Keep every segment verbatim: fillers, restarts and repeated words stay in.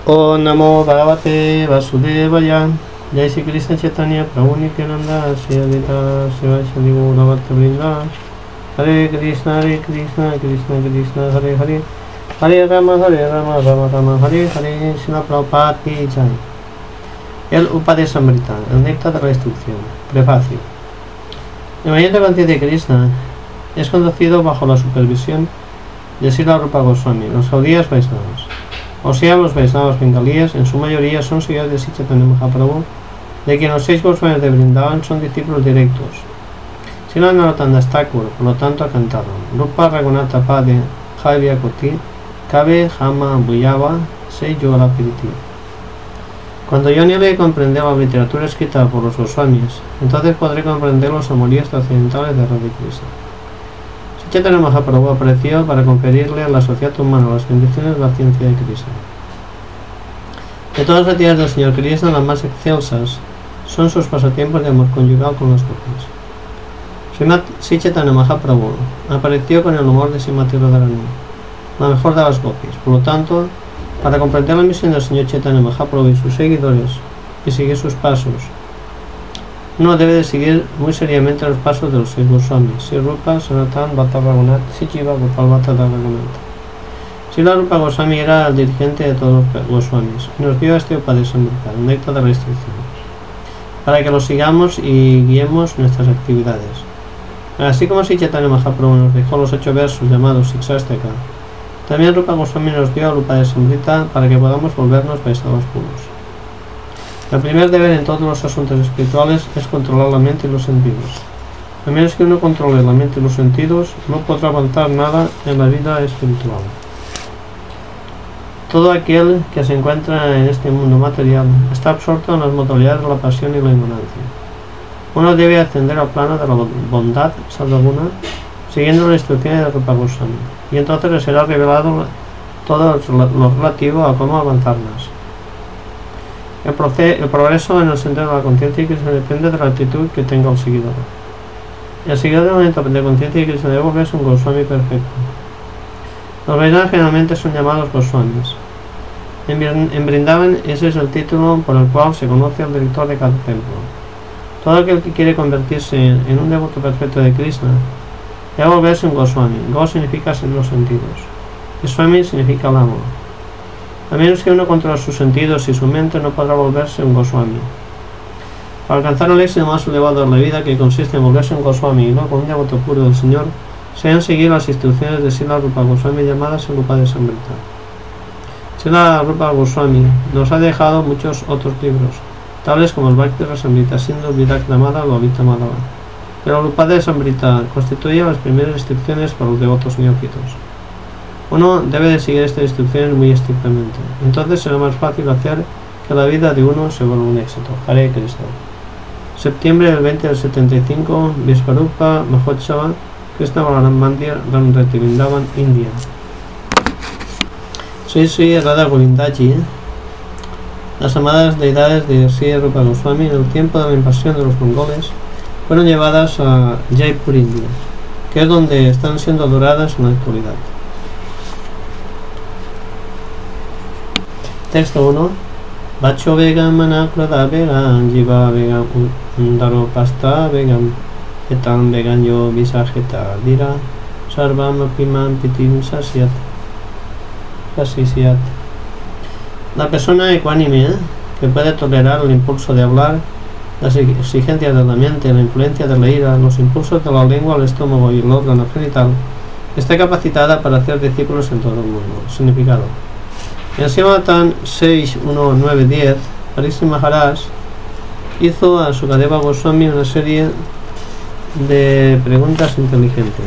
Om Namo Bhagavate Vasudevaya. Jai Shri Krishna Chaitanya Prabhu Nityananda Shri Advaita Shivasadi Gaura Bhakta Vrinda. Hare Krishna Hare Krishna Krishna Krishna Hare Hare Hare Rama Hare Rama Rama Rama Hare Hare. Srila Prabhupada Ki Jai. El Upadesamrita, el néctar de la instrucción. Prefacio. El movimiento de conciencia de Krishna es conducido bajo la supervisión de Srila Rupa Goswami, los Gaudías Vaisnavas. O sea, los Vaisnavas bengalíes en su mayoría son seguidores de Sri Chaitanya Mahaprabhu, de quien los seis Goswamis de Vrindavan son discípulos directos. Srila Narottam Das Thakur, por lo tanto, ha cantado Rupa Raghunatha Pade Javya Koti Kabe Jama Buyava Se Yola Piriti. Cuando yo nieve comprender la literatura escrita por los Goswamis, entonces podré comprender los amoríos trascendentales de Radha Krishna. Sri Chaitanya Mahaprabhu apareció para conferirle a la sociedad humana las bendiciones de la ciencia de Krishna. De todas las actividades del Señor Krishna, las más excelsas son sus pasatiempos de amor conyugal con los gopis. Sri Chaitanya Mahaprabhu apareció con el humor de Srimati Radharani, la mejor de las gopis. Por lo tanto, para comprender la misión del Señor Chaitanya Mahaprabhu y sus seguidores y seguir sus pasos, uno debe de seguir muy seriamente los pasos de los seis Goswamis: Sri Rupa, Sanatana, Bhatta Raghunath, Sri Jiva, Gopal Bhatta Raghunath. Srila Rupa Goswami era el dirigente de todos los Goswamis y nos dio este Upadesamrita, el néctar de la instrucción, para que lo sigamos y guiemos nuestras actividades. Así como Sri Chaitanya Mahaprabhu nos dejó los ocho versos llamados Siksastaka, también Rupa Goswami nos dio el Upadesamrita para que podamos volvernos Vaisnavas puros. El primer deber en todos los asuntos espirituales es controlar la mente y los sentidos. A menos que uno controle la mente y los sentidos, no podrá avanzar nada en la vida espiritual. Todo aquel que se encuentra en este mundo material está absorto en las modalidades de la pasión y la ignorancia. Uno debe ascender al plano de la bondad, sadhaguna, siguiendo las instrucciones de Rupa Goswami, y entonces le será revelado todo lo relativo a cómo avanzar más. El, el progreso en el sendero de la conciencia de Krishna depende de la actitud que tenga el seguidor. El seguidor del momento de conciencia de Krishna debe volverse un Goswami perfecto. Los Vaisnavas generalmente son llamados Goswamis. En, en Vrindavan ese es el título por el cual se conoce al director de cada templo. Todo aquel que quiere convertirse en, en un devoto perfecto de Krishna debe volverse un Goswami. Go significa en los sentidos y Swami significa el amor. A menos que uno controle sus sentidos y su mente, no podrá volverse un Goswami. Para alcanzar el éxito más elevado de la vida, que consiste en volverse un Goswami y no con un devoto puro del Señor, se han seguido las instrucciones de Srila Rupa Goswami llamadas el Upadesamrita. Srila Rupa Goswami nos ha dejado muchos otros libros, tales como el Bhakti Rasamrita, Sindhu, Virakramada, Lolita Madhava. Pero el Upadesamrita constituye las primeras instrucciones para los devotos neófitos. Uno debe de seguir estas instrucciones muy estrictamente, entonces será más fácil hacer que la vida de uno se vuelva un éxito. Hare Krishna. Septiembre del veinte del setenta y cinco, Vishvarupa Mahotsava, Krishna Balaram Mandir, Ramrati Vrindavan, India. Soy Sri Radha Govindaji. Las amadas deidades de Sri Rupa Goswami en el tiempo de la invasión de los mongoles fueron llevadas a Jaipur, India, que es donde están siendo adoradas en la actualidad. Texto uno. Bacho Vegam Manakrada Vegam Jiva Vegam Undaro Pasta Vegam Etam Vegam Yo Visajeta Dira Sarvam Apiman Pitim Sasyat Sasisyat. La persona ecuánime, ¿eh? que puede tolerar el impulso de hablar, las exigencias de la mente, la influencia de la ira, los impulsos de la lengua, el estómago y el órgano genital, está capacitada para hacer discípulos en todo el mundo. Significado. En Srimad seis, uno, nueve, diez, Parikshit Maharaj hizo a Sukadeva Goswami una serie de preguntas inteligentes.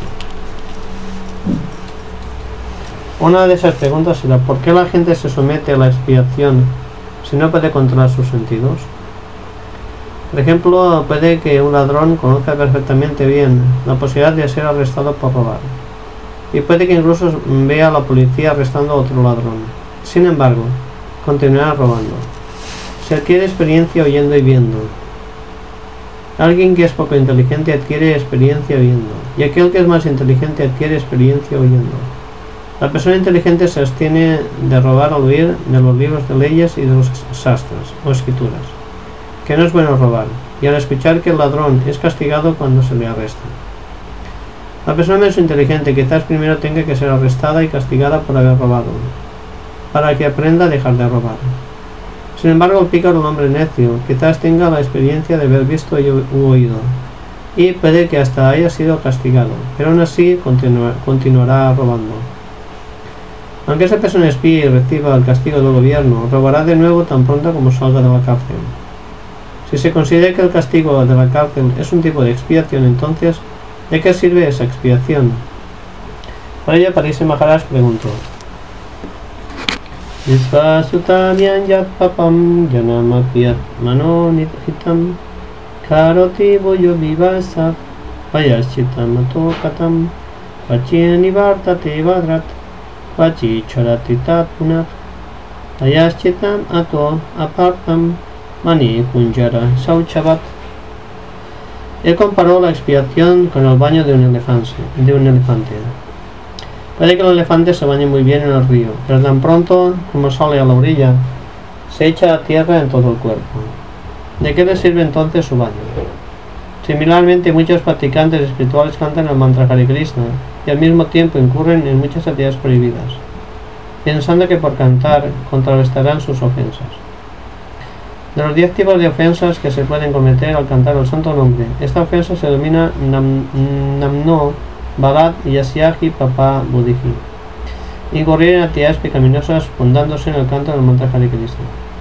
Una de esas preguntas era: ¿por qué la gente se somete a la expiación si no puede controlar sus sentidos? Por ejemplo, puede que un ladrón conozca perfectamente bien la posibilidad de ser arrestado por robar, y puede que incluso vea a la policía arrestando a otro ladrón. Sin embargo, continuará robando. Se adquiere experiencia oyendo y viendo. Alguien que es poco inteligente adquiere experiencia viendo, y aquel que es más inteligente adquiere experiencia oyendo. La persona inteligente se abstiene de robar al huir de los libros de leyes y de los sastras o escrituras, que no es bueno robar, y al escuchar que el ladrón es castigado cuando se le arresta. La persona menos inteligente quizás primero tenga que ser arrestada y castigada por haber robado, para que aprenda a dejar de robar. Sin embargo, el pícaro hombre necio quizás tenga la experiencia de haber visto y oído, y puede que hasta haya sido castigado, pero aún así continua, continuará robando. Aunque esa persona espíe y reciba el castigo del gobierno, robará de nuevo tan pronto como salga de la cárcel. Si se considera que el castigo de la cárcel es un tipo de expiación, entonces, ¿de qué sirve esa expiación? Por ello, Parikshit Maharaj preguntó: Visvasutamyan yat papam janamapyat manonithitam karoti voyo vivasa payaschitam ato katam vachinivartate vadrat vachi charati tat punat payaschitam ato apartam mani kunjara sauchavat. Él comparó la expiación con el baño de un elefante. De un elefante. Puede que el elefante se bañe muy bien en el río, pero tan pronto como sale a la orilla, se echa a tierra en todo el cuerpo. ¿De qué le sirve entonces su baño? Similarmente, muchos practicantes espirituales cantan el mantra Hare Krishna y al mismo tiempo incurren en muchas actividades prohibidas, pensando que por cantar contrarrestarán sus ofensas. De los diez tipos de ofensas que se pueden cometer al cantar el santo nombre, esta ofensa se denomina nam, Namno Bhagat Yasyahi Papa Buddhiji. Incurrir en actividades pecaminosas fundándose en el canto del mantra Hare Krishna.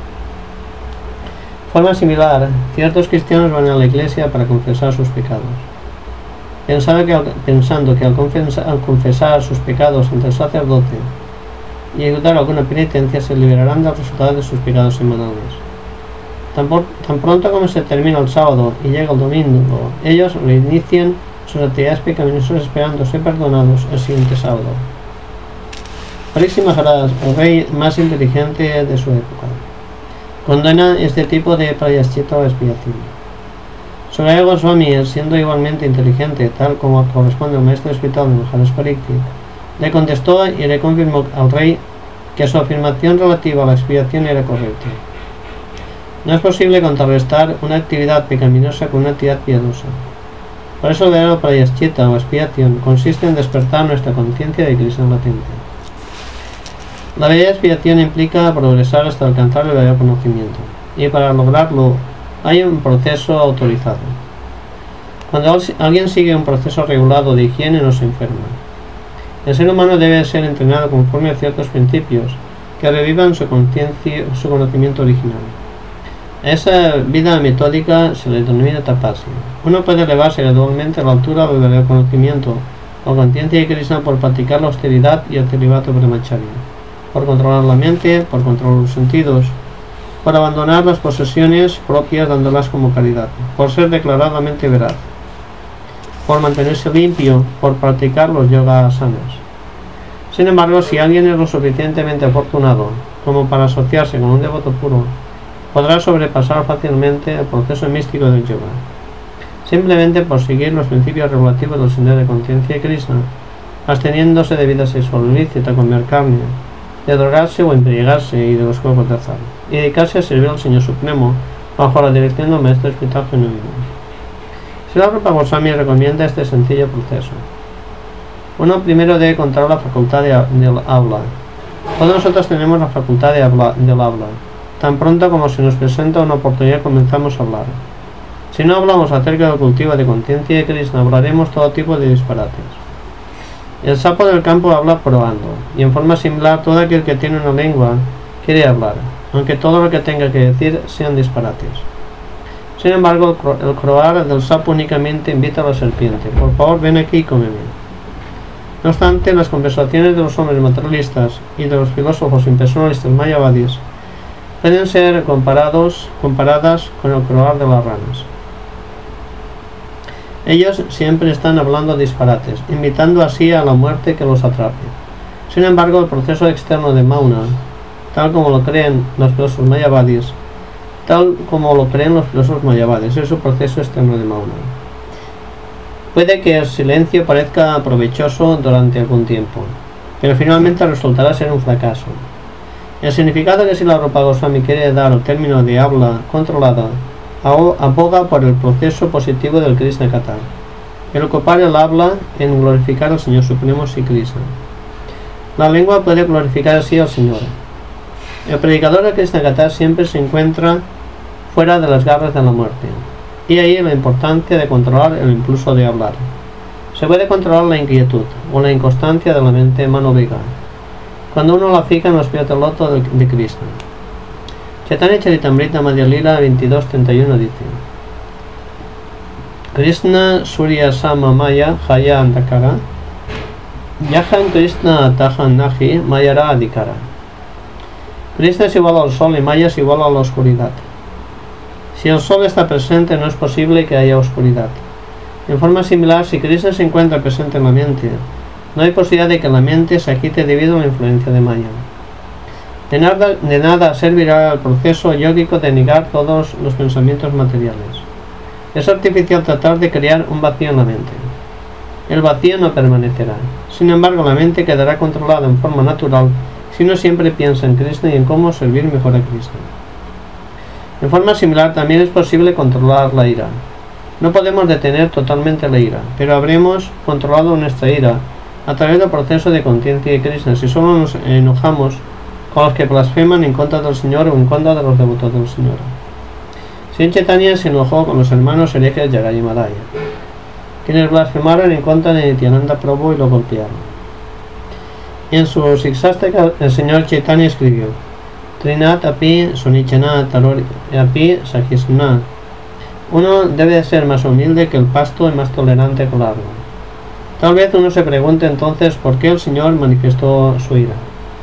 De forma similar, ciertos cristianos van a la iglesia para confesar sus pecados, pensando que al, pensando que al, confesar, al confesar sus pecados ante el sacerdote y ejecutar alguna penitencia se liberarán del resultado de sus pecados semanales. Tan, por, tan pronto como se termina el sábado y llega el domingo, ellos reinician sus actividades pecaminosas esperando ser perdonados el siguiente sábado. Parikshit Maharaj, el rey más inteligente de su época, condena este tipo de prayaschitta o expiación. Sukadeva Goswami, siendo igualmente inteligente, tal como corresponde al maestro espiritual de Maharaj Parikshit, le contestó y le confirmó al rey que su afirmación relativa a la expiación era correcta. No es posible contrarrestar una actividad pecaminosa con una actividad piadosa. Por eso el verdadero prayaschitta o expiación consiste en despertar nuestra conciencia de Krishna latente. La verdadera expiación implica progresar hasta alcanzar el verdadero conocimiento, y para lograrlo hay un proceso autorizado. Cuando alguien sigue un proceso regulado de higiene no se enferma. El ser humano debe ser entrenado conforme a ciertos principios que revivan su conciencia, su conocimiento original. A esa vida metódica se le denomina tapasya. Uno puede elevarse gradualmente a la altura del verdadero conocimiento o conciencia de Krishna por practicar la austeridad y el celibato brahmacharya, por controlar la mente, por controlar los sentidos, por abandonar las posesiones propias dándolas como caridad, por ser declaradamente veraz, por mantenerse limpio, por practicar los yoga asanas. Sin embargo, si alguien es lo suficientemente afortunado como para asociarse con un devoto puro, podrá sobrepasar fácilmente el proceso místico del yoga, simplemente por seguir los principios regulativos del sendero de conciencia de Krishna, absteniéndose de vida sexual ilícita, comer carne, de drogarse o embriagarse y de los juegos de azar, y dedicarse a servir al Señor Supremo bajo la dirección del Maestro Espiritual genuino. Srila Rupa Goswami recomienda este sencillo proceso. Uno primero debe controlar la facultad de, del habla. Todos nosotros tenemos la facultad de habla, del habla. Tan pronto como se nos presenta una oportunidad comenzamos a hablar. Si no hablamos acerca del cultivo de conciencia de Krishna, hablaremos todo tipo de disparates. El sapo del campo habla probando, y en forma similar todo aquel que tiene una lengua quiere hablar, aunque todo lo que tenga que decir sean disparates. Sin embargo, el croar del sapo únicamente invita a la serpiente: por favor, ven aquí y cómeme. No obstante, las conversaciones de los hombres materialistas y de los filósofos impersonalistas mayavadis pueden ser comparados, comparadas con el croar de las ranas. Ellos siempre están hablando disparates, invitando así a la muerte que los atrape. Sin embargo, el proceso externo de Mauna, tal como lo creen los filósofos mayavadis, tal como lo creen los filósofos mayavadis, es su proceso externo de Mauna. Puede que el silencio parezca provechoso durante algún tiempo, pero finalmente resultará ser un fracaso. El significado que Srila Rupa Goswami quiere dar al término de habla controlada aboga por el proceso positivo del Krishna Katha, el ocupar el habla en glorificar al Señor Supremo Sri Krishna. La lengua puede glorificar así al Señor. El predicador de Krishna Katha siempre se encuentra fuera de las garras de la muerte, y ahí la importancia de controlar el impulso de hablar. Se puede controlar la inquietud o la inconstancia de la mente manovega cuando uno la fija en los pies del loto de, de Krishna. Chaitanya Charitamrita Madhya Lila veintidós treinta y uno dice: Krishna Surya Sama Maya Jaya Andakara Yahan Krishna Tahan Nahi Mayara Adhikara. Krishna es igual al sol y Maya es igual a la oscuridad. Si el sol está presente, no es posible que haya oscuridad. En forma similar, si Krishna se encuentra presente en la mente, no hay posibilidad de que la mente se agite debido a la influencia de Maya. De nada, de nada servirá el proceso yógico de negar todos los pensamientos materiales. Es artificial tratar de crear un vacío en la mente. El vacío no permanecerá. Sin embargo, la mente quedará controlada en forma natural si uno siempre piensa en Krishna y en cómo servir mejor a Krishna. En forma similar, también es posible controlar la ira. No podemos detener totalmente la ira, pero habremos controlado nuestra ira a través del proceso de conciencia de Krishna si solo nos enojamos con los que blasfeman en contra del Señor o en contra de los devotos del Señor. Sri Chaitanya se enojó con los hermanos herejes Jagai y Madhya, quienes blasfemaron en contra de Nityananda Prabhu y lo golpearon. En su Siksastaka, el señor Chaitanya escribió: Trinat api sunichana tarori api sahisna. Uno debe ser más humilde que el pasto y más tolerante que el árbol. Tal vez uno se pregunte entonces por qué el Señor manifestó su ira.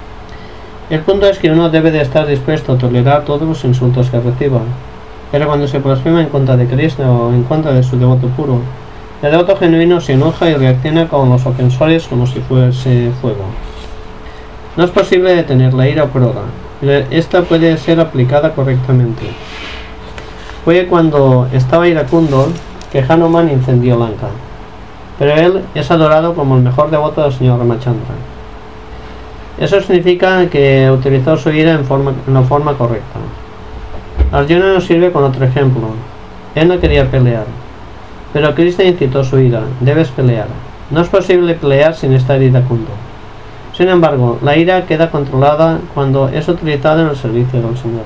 El punto es que uno debe de estar dispuesto a tolerar todos los insultos que reciba, pero cuando se blasfema en contra de Krishna o en contra de su devoto puro, el devoto genuino se enoja y reacciona con los ofensores como si fuese fuego. No es posible detener la ira pura. Esta puede ser aplicada correctamente. Fue cuando estaba iracundo que Hanuman incendió Lanka, pero él es adorado como el mejor devoto del señor Ramachandra. Eso significa que utilizó su ira en, forma, en la forma correcta. Arjuna nos sirve con otro ejemplo. Él no quería pelear, pero Krishna incitó su ira: debes pelear. No es posible pelear sin estar iracundo. Sin embargo, la ira queda controlada cuando es utilizada en el servicio del Señor.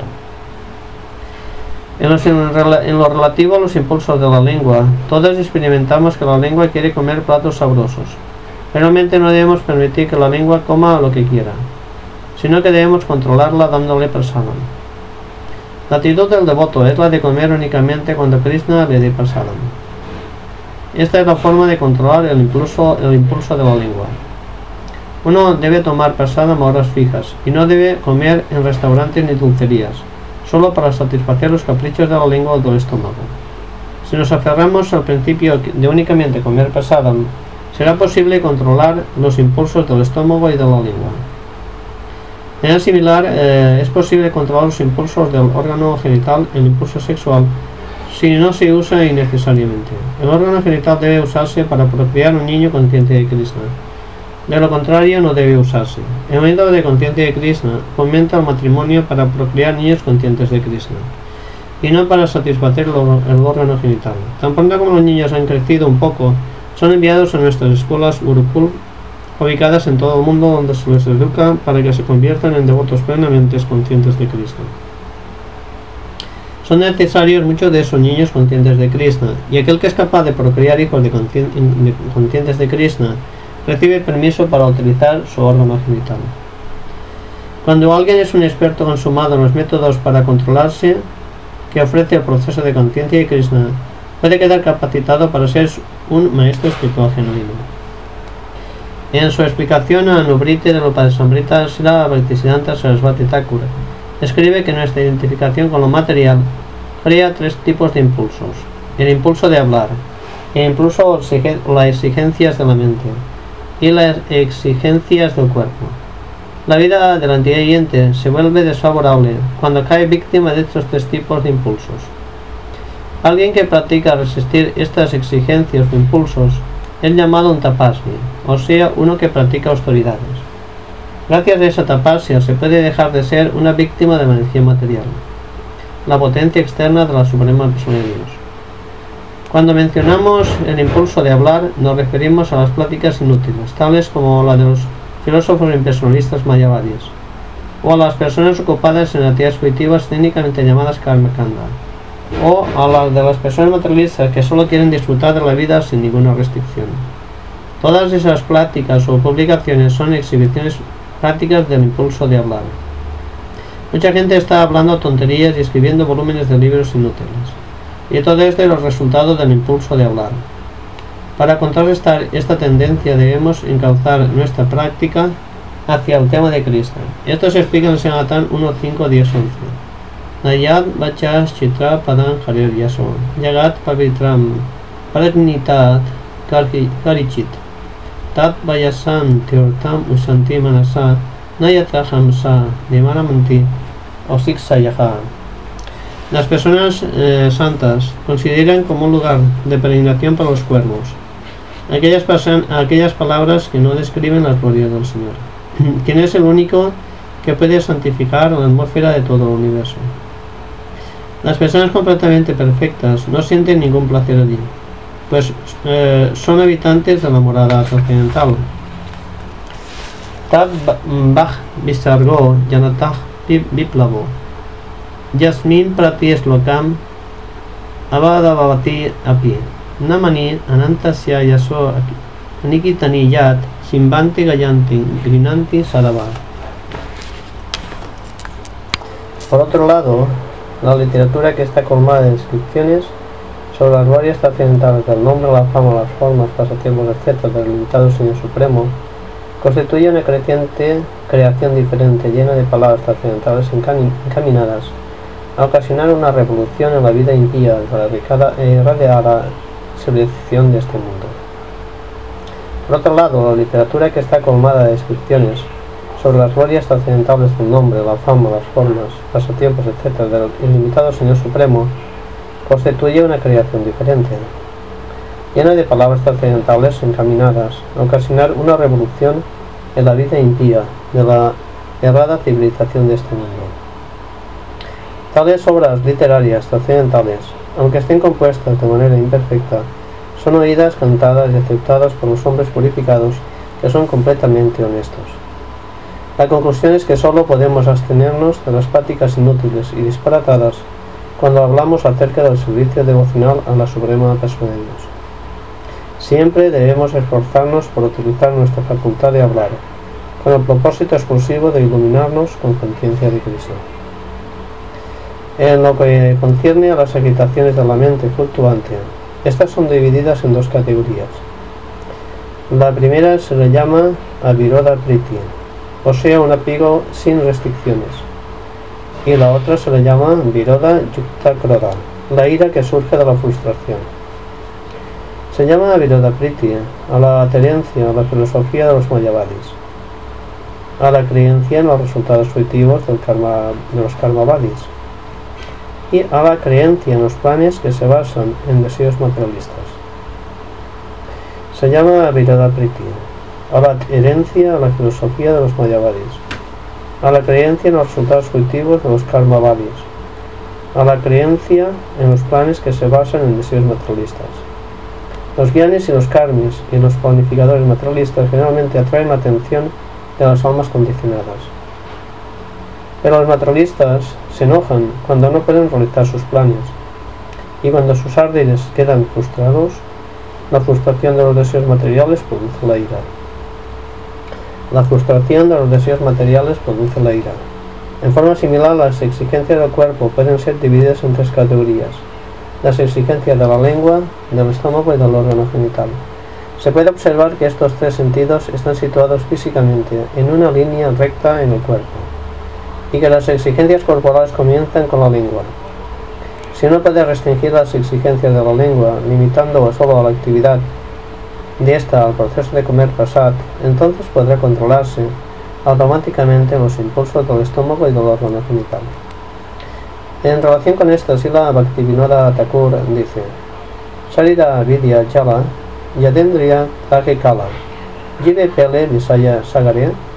En, los, en lo relativo a los impulsos de la lengua, todos experimentamos que la lengua quiere comer platos sabrosos. Realmente no debemos permitir que la lengua coma lo que quiera, sino que debemos controlarla dándole prasadam. La actitud del devoto es la de comer únicamente cuando Krishna le dé prasadam. Esta es la forma de controlar el impulso, el impulso de la lengua. Uno debe tomar prasadam a horas fijas y no debe comer en restaurantes ni dulcerías, solo para satisfacer los caprichos de la lengua o del estómago. Si nos aferramos al principio de únicamente comer prasadam, será posible controlar los impulsos del estómago y de la lengua. De manera similar, eh, es posible controlar los impulsos del órgano genital, el impulso sexual, si no se usa innecesariamente. El órgano genital debe usarse para procrear un niño consciente de Krishna. De lo contrario, no debe usarse. El método de conciencia de Krishna fomenta el matrimonio para procrear niños conscientes de Krishna, y no para satisfacer el órgano genital. Tan pronto como los niños han crecido un poco, son enviados a nuestras escuelas Gurukul, ubicadas en todo el mundo, donde se les educa para que se conviertan en devotos plenamente conscientes de Krishna. Son necesarios muchos de esos niños conscientes de Krishna, y aquel que es capaz de procrear hijos de conscientes de Krishna recibe permiso para utilizar su órgano genital. Cuando alguien es un experto consumado en los métodos para controlarse que ofrece el proceso de conciencia de Krishna, puede quedar capacitado para ser un maestro espiritual genuino. En su explicación a Anubriti de Upadesamrita, Srila Bhaktisiddhanta Sarasvati Thakur escribe que nuestra identificación con lo material crea tres tipos de impulsos: el impulso de hablar, el impulso o las exigencias de la mente y las exigencias del cuerpo. La vida del anticrieyente se vuelve desfavorable cuando cae víctima de estos tres tipos de impulsos. Alguien que practica resistir estas exigencias o impulsos es llamado un tapasvi, o sea, uno que practica austeridades. Gracias a esa tapasia se puede dejar de ser una víctima de la energía material, la potencia externa de la Suprema Persona de Dios. Cuando mencionamos el impulso de hablar, nos referimos a las pláticas inútiles, tales como la de los filósofos impersonalistas mayavadis, o a las personas ocupadas en actividades intuitivas técnicamente llamadas karmakanda, o a las de las personas materialistas que solo quieren disfrutar de la vida sin ninguna restricción. Todas esas pláticas o publicaciones son exhibiciones prácticas del impulso de hablar. Mucha gente está hablando tonterías y escribiendo volúmenes de libros inútiles. Y todo esto es el resultado del impulso de hablar. Para contrarrestar esta tendencia debemos encauzar nuestra práctica hacia el tema de Krishna. Esto se explica en Sanatan uno, cinco, diez, once. Nayad Vachas Chitra Padan Harir Yaso Yagat Pavitram Paragnitat Karichit Tat Vayasan Teortam Usanti Manasa Nayatrahamsa Demaramanti Osiksayaha. Las personas eh, santas consideran como un lugar de peregrinación para los cuervos aquellas, aquellas palabras que no describen las glorias del Señor, quien es el único que puede santificar la atmósfera de todo el universo. Las personas completamente perfectas no sienten ningún placer allí, pues eh, son habitantes de la morada trascendental. Tad Bach Visargo Yanatah Viplavo Yasmin Prati Slokam Avadavati Api Namani Anantasya Yaso Anikitani Yat Simbanti Gayanti Grinanti Sadava. Por otro lado, la literatura que está colmada de descripciones sobre las glorias trascendentales del nombre, la fama, las formas, pasatiempos, etcétera del limitado Señor Supremo constituye una creciente creación diferente, llena de palabras trascendentales encaminadas a ocasionar una revolución en la vida impía para irradiar la civilización de este mundo. Por otro lado, la literatura que está colmada de descripciones sobre las glorias trascendentales del nombre, la fama, las formas, pasatiempos, etcétera del ilimitado Señor Supremo constituye una creación diferente, llena de palabras trascendentales encaminadas a ocasionar una revolución en la vida impía de la errada civilización de este mundo. Tales obras literarias trascendentales, aunque estén compuestas de manera imperfecta, son oídas, cantadas y aceptadas por los hombres purificados que son completamente honestos. La conclusión es que solo podemos abstenernos de las prácticas inútiles y disparatadas cuando hablamos acerca del servicio devocional a la Suprema Persona de Dios. Siempre debemos esforzarnos por utilizar nuestra facultad de hablar, con el propósito exclusivo de iluminarnos con conciencia de Cristo. En lo que concierne a las agitaciones de la mente fluctuante, estas son divididas en dos categorías. La primera se le llama Aviroda Priti, o sea, un apego sin restricciones, y la otra se le llama Viroda Yukta Krodha, la ira que surge de la frustración. Se llama Viroda Priti a la adherencia a la filosofía de los mayavadis, a la creencia en los resultados fruitivos del karma, de los karmavadis, y a la creencia en los planes que se basan en deseos materialistas. Se llama Viroda Priti a la adherencia a la filosofía de los mayavadis, a la creencia en los resultados fruitivos de los karmavadis, a la creencia en los planes que se basan en deseos materialistas. Los gyanis y los karmis y los planificadores materialistas generalmente atraen la atención de las almas condicionadas. Pero los materialistas se enojan cuando no pueden realizar sus planes, y cuando sus árderes quedan frustrados, la frustración de los deseos materiales produce la ira. La frustración de los deseos materiales produce la ira. En forma similar, las exigencias del cuerpo pueden ser divididas en tres categorías: las exigencias de la lengua, del estómago y del órgano genital. Se puede observar que estos tres sentidos están situados físicamente en una línea recta en el cuerpo, y que las exigencias corporales comienzan con la lengua. Si uno puede restringir las exigencias de la lengua, limitando solo a la actividad de esta al proceso de comer prasad, entonces podrá controlarse automáticamente los impulsos del estómago y del órgano genital. En relación con esto, Srila Bhaktivinoda Thakur dice: Sarira Vidya Jala Yadendriya Tahe Kala Jive Pele Visaya Sagare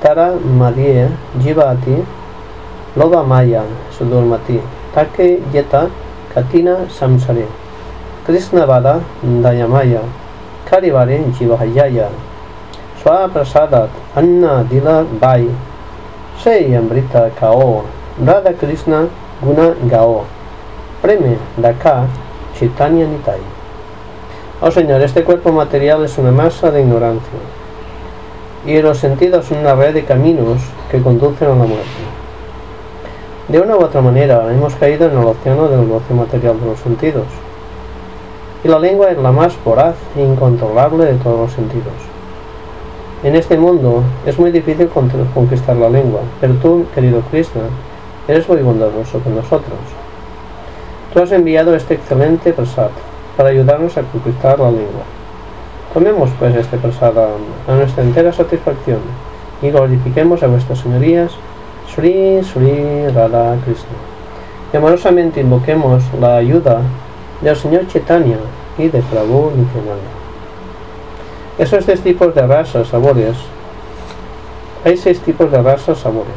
Tara Madhye Jivati Loba Maya Sudurmati Take Yeta Katina Samsare Krishna Vada Dayamaya Karivare Jivahayaya Swa Prasadat Anna Dila Bai Sei Amrita Kao Radha Krishna Guna Gao Preme Daka Chaitanya Nitai. Oh Señor, este cuerpo material es una masa de ignorancia y los sentidos son una red de caminos que conducen a la muerte. De una u otra manera hemos caído en el océano del goce material de los sentidos, y la lengua es la más voraz e incontrolable de todos los sentidos. En este mundo es muy difícil conquistar la lengua, pero tú, querido Krishna, eres muy bondadoso con nosotros. Tú has enviado este excelente prasad para ayudarnos a conquistar la lengua. Tomemos pues este prasad a nuestra entera satisfacción y glorifiquemos a vuestras señorías Sri Sri Radha Krishna. Y amorosamente invoquemos la ayuda del Señor Chaitanya y de Prabhu Nityananda. Esos seis tipos de rasas, sabores. Hay seis tipos de rasas, sabores.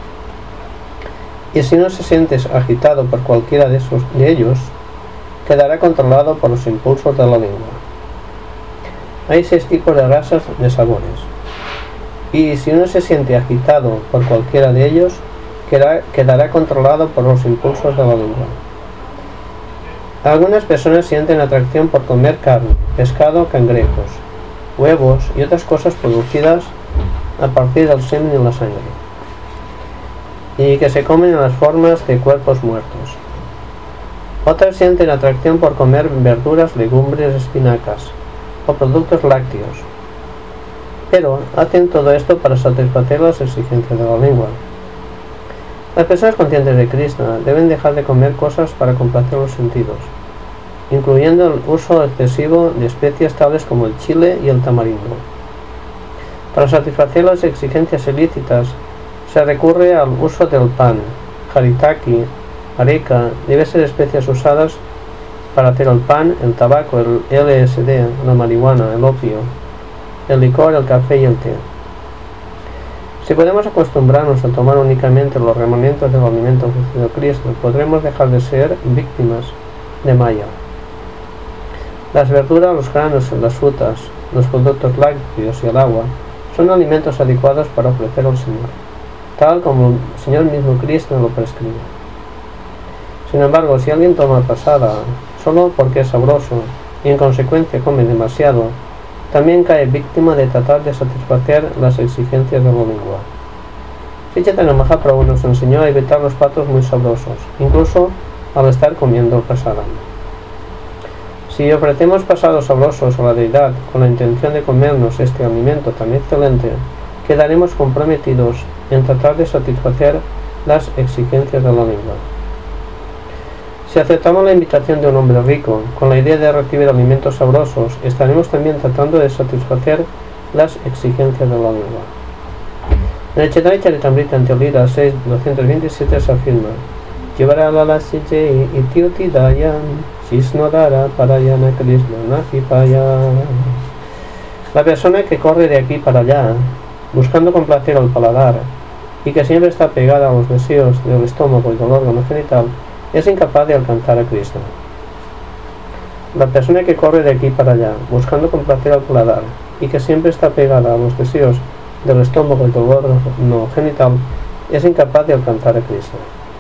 Y si no se sientes agitado por cualquiera de, esos, de ellos, quedará controlado por los impulsos de la lengua. Hay seis tipos de rasas de sabores. Y si uno se siente agitado por cualquiera de ellos, quedará, quedará controlado por los impulsos de la lengua. Algunas personas sienten atracción por comer carne, pescado, cangrejos, huevos y otras cosas producidas a partir del semen y la sangre, y que se comen en las formas de cuerpos muertos. Otras sienten atracción por comer verduras, legumbres, espinacas o productos lácteos, pero hacen todo esto para satisfacer las exigencias de la lengua. Las personas conscientes de Krishna deben dejar de comer cosas para complacer los sentidos, incluyendo el uso excesivo de especias tales como el chile y el tamarindo. Para satisfacer las exigencias ilícitas se recurre al uso del pan, haritaki, areca, diversas especias usadas para hacer el pan, el tabaco, el L S D, la marihuana, el opio, el licor, el café y el té. Si podemos acostumbrarnos a tomar únicamente los remanentes del alimento ofrecido a Krishna, podremos dejar de ser víctimas de Maya. Las verduras, los granos, las frutas, los productos lácteos y el agua son alimentos adecuados para ofrecer al Señor, tal como el Señor mismo Krishna lo prescribe. Sin embargo, si alguien toma pasada solo porque es sabroso y en consecuencia come demasiado, también cae víctima de tratar de satisfacer las exigencias de la lengua. Sri Chaitanya Mahaprabhu nos enseñó a evitar los platos muy sabrosos, incluso al estar comiendo pasada. Si ofrecemos pasados sabrosos a la deidad con la intención de comernos este alimento tan excelente, quedaremos comprometidos en tratar de satisfacer las exigencias de la lengua. Si aceptamos la invitación de un hombre rico con la idea de recibir alimentos sabrosos, estaremos también tratando de satisfacer las exigencias de la lengua. En el Chaitanya Charitamrita ante Lila seis doscientos veintisiete se afirma: Llevará la la sije y tioti dayan, shisnodara parayana krishna nafipaya. La persona que corre de aquí para allá, buscando complacer al paladar, y que siempre está pegada a los deseos del estómago y del órgano genital, es incapaz de alcanzar a Krishna. La persona que corre de aquí para allá, buscando complacer al paladar, y que siempre está pegada a los deseos del estómago y del órgano genital, es incapaz de alcanzar a Krishna.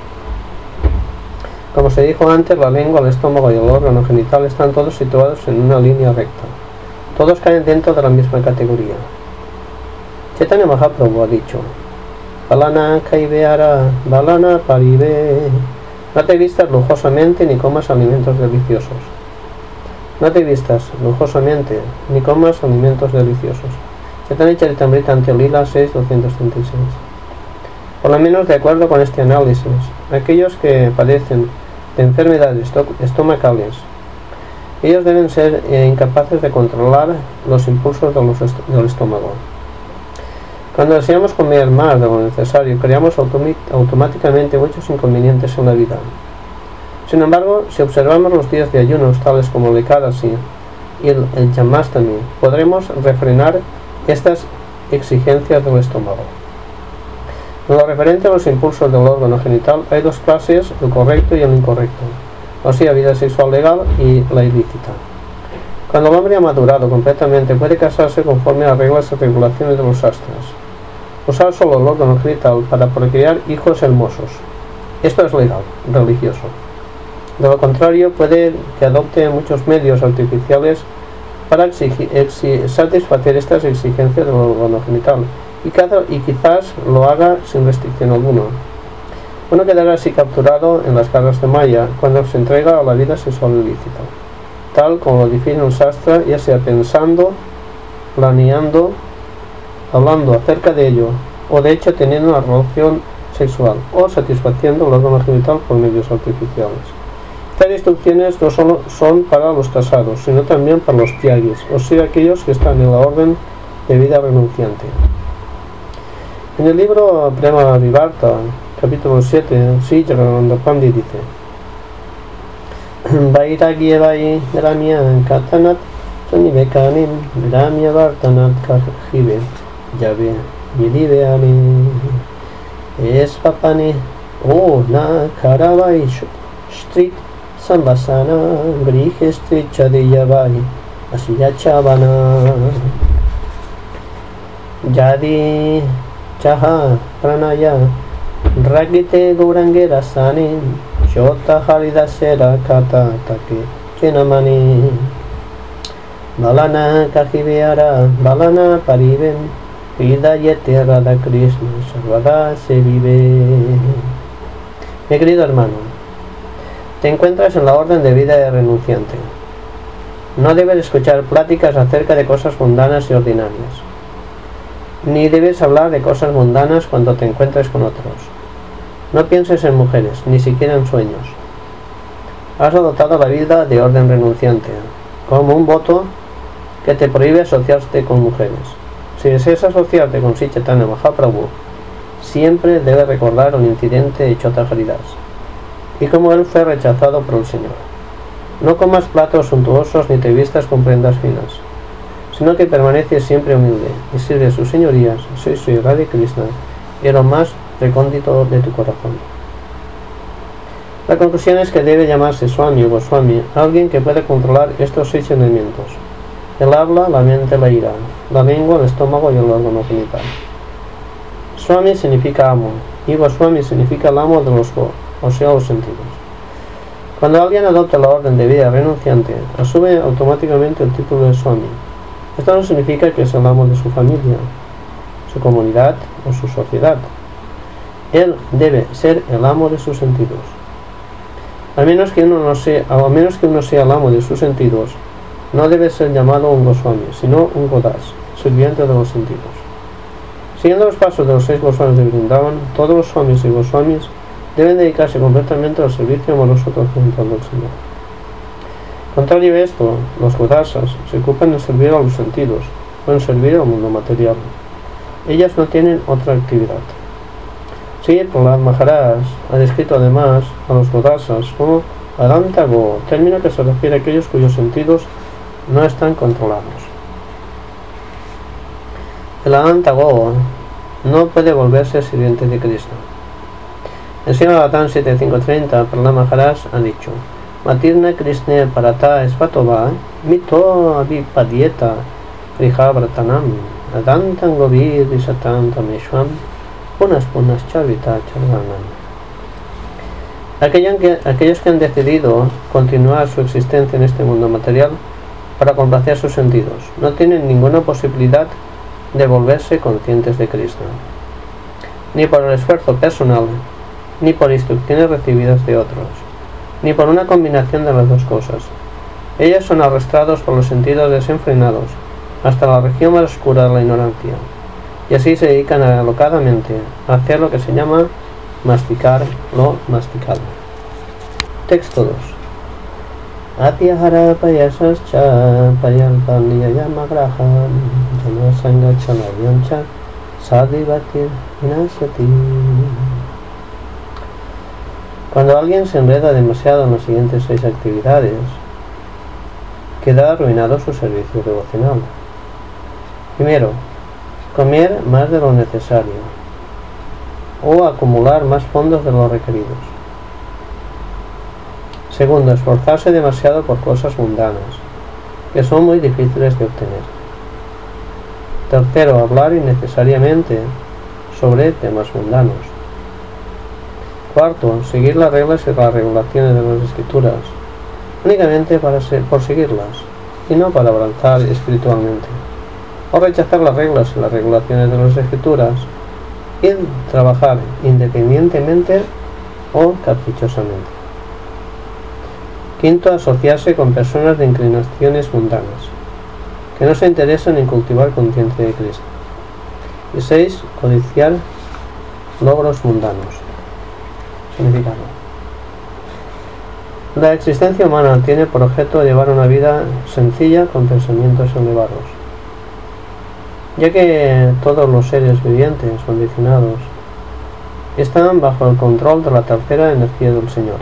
Como se dijo antes, la lengua, el estómago y el órgano genital están todos situados en una línea recta. Todos caen dentro de la misma categoría. Chaitanya Mahaprabhu ha dicho: Balana kaiveara, balana parive. No te vistas lujosamente ni comas alimentos deliciosos. No te vistas lujosamente ni comas alimentos deliciosos. Chaitanya Charitamrita ante Lila seis doscientos treinta y seis. Por lo menos de acuerdo con este análisis, aquellos que padecen de enfermedades estomacales, ellos deben ser eh, incapaces de controlar los impulsos de los est del estómago. Cuando deseamos comer más de lo necesario, creamos automáticamente muchos inconvenientes en la vida. Sin embargo, si observamos los días de ayunos tales como el Ekadasi y el, el Janmashtami, podremos refrenar estas exigencias del estómago. En lo referente a los impulsos del órgano genital, hay dos clases, el correcto y el incorrecto, o sea, vida sexual legal y la ilícita. Cuando el hombre ha madurado completamente, puede casarse conforme a las reglas y regulaciones de los sastras. Usar solo el órgano genital para procrear hijos hermosos. Esto es legal, religioso. De lo contrario, puede que adopte muchos medios artificiales para exigir, exi, satisfacer estas exigencias del órgano genital y, cada, y quizás lo haga sin restricción alguna. Uno quedará así capturado en las garras de Maya cuando se entrega a la vida sexual ilícita, tal como lo define un sastra, ya sea pensando, planeando, hablando acerca de ello, o de hecho teniendo una relación sexual, o satisfaciendo el órgano genital por medios artificiales. Estas instrucciones no solo son para los casados, sino también para los tyagis, o sea, aquellos que están en la orden de vida renunciante. En el libro Prema Vivarta, capítulo siete, Sri Jagananda Pandit dice: Vairagye vai Ramya Katanat Sanivekanim Ramya Vartanat Kahive Yave Yedive Ami Espapani O Na Karavai Strit Sambasana Grihe Strit Chadiyavai Asiyachavana Yadi Chaha Pranaya Ragite Gaurangera Sani Shota Haridasera Kata Take Chenamani Balana Kajiveara Balana Pariven Hridayete Radha Krishna Sarvada se vive. Mi querido hermano, te encuentras en la orden de vida de renunciante. No debes escuchar pláticas acerca de cosas mundanas y ordinarias, ni debes hablar de cosas mundanas cuando te encuentres con otros. No pienses en mujeres, ni siquiera en sueños. Has adoptado la vida de orden renunciante, como un voto que te prohíbe asociarte con mujeres. Si deseas asociarte con Sri Chaitanya Mahaprabhu, siempre debes recordar un incidente de Chota Haridas, y cómo él fue rechazado por el Señor. No comas platos suntuosos ni te vistas con prendas finas, sino que permaneces siempre humilde y sirve a sus señorías, soy Sri Radha Krishna, y lo más recóndito de tu corazón. La conclusión es que debe llamarse Swami o Goswami, alguien que puede controlar estos seis elementos: el habla, la mente, la ira, la lengua, el estómago y el órgano genital. Swami significa amo, y Goswami significa el amo de los go, o sea, los sentidos. Cuando alguien adopta la orden de vida renunciante, asume automáticamente el título de Swami. Esto no significa que es el amo de su familia, su comunidad o su sociedad. Él debe ser el amo de sus sentidos. A menos que uno no sea, a menos que uno sea el amo de sus sentidos, no debe ser llamado un Goswami, sino un Godas, sirviente de los sentidos. Siguiendo los pasos de los seis Goswamis de Vrindavan, todos los Swamis y Goswamis deben dedicarse completamente al servicio amoroso trascendental del Señor. Contrario a esto, los Godasas se ocupan en servir a los sentidos o en servir al mundo material. Ellas no tienen otra actividad. Sri Prahlad Maharaj ha descrito además a los Godasas como Adantago, término que se refiere a aquellos cuyos sentidos no están controlados. El Adantago no puede volverse sirviente de Krishna. En Sri Latán siete cinco treinta, Prahlad Maharaj ha dicho: Matirna Krishna Parata Svatova Mito Abhipadieta Prihavratanam Adantango Vidrisatantameshwam Punas Punas Chavita Charvanam. Aquellos que, aquellos que han decidido continuar su existencia en este mundo material para complacer sus sentidos no tienen ninguna posibilidad de volverse conscientes de Krishna, ni por el esfuerzo personal, ni por instrucciones recibidas de otros, ni por una combinación de las dos cosas. Ellos son arrastrados por los sentidos desenfrenados hasta la región más oscura de la ignorancia, y así se dedican alocadamente a hacer lo que se llama masticar lo masticado. Texto dos. Atyahara payasascha payalpaliyayamagraham janasanga chalayamcha sadhivatir vinasati. Cuando alguien se enreda demasiado en las siguientes seis actividades, queda arruinado su servicio devocional. Primero, comer más de lo necesario. o acumular más fondos de los requeridos. Segundo, esforzarse demasiado por cosas mundanas, que son muy difíciles de obtener. Tercero, hablar innecesariamente sobre temas mundanos. Cuarto, seguir las reglas y las regulaciones de las escrituras, únicamente para ser, por seguirlas, y no para avanzar espiritualmente. O rechazar las reglas y las regulaciones de las escrituras y trabajar independientemente o caprichosamente. Quinto, asociarse con personas de inclinaciones mundanas, que no se interesan en cultivar conciencia de Cristo. Y seis, codiciar logros mundanos. Significado. La existencia humana tiene por objeto llevar una vida sencilla con pensamientos elevados, ya que todos los seres vivientes condicionados están bajo el control de la tercera energía del Señor.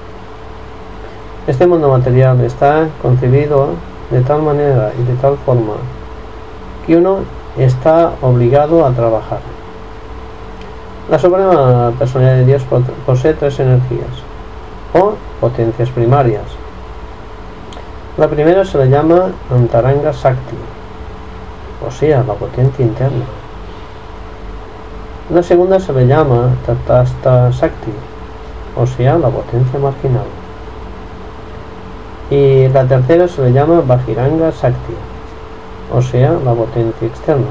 Este mundo material está concebido de tal manera y de tal forma que uno está obligado a trabajar. La Suprema Personalidad de Dios posee tres energías o potencias primarias. La primera se le llama Antaranga Shakti, o sea, la potencia interna. La segunda se le llama Tatastha Shakti, o sea, la potencia marginal. Y la tercera se le llama Bajiranga Shakti, o sea, la potencia externa.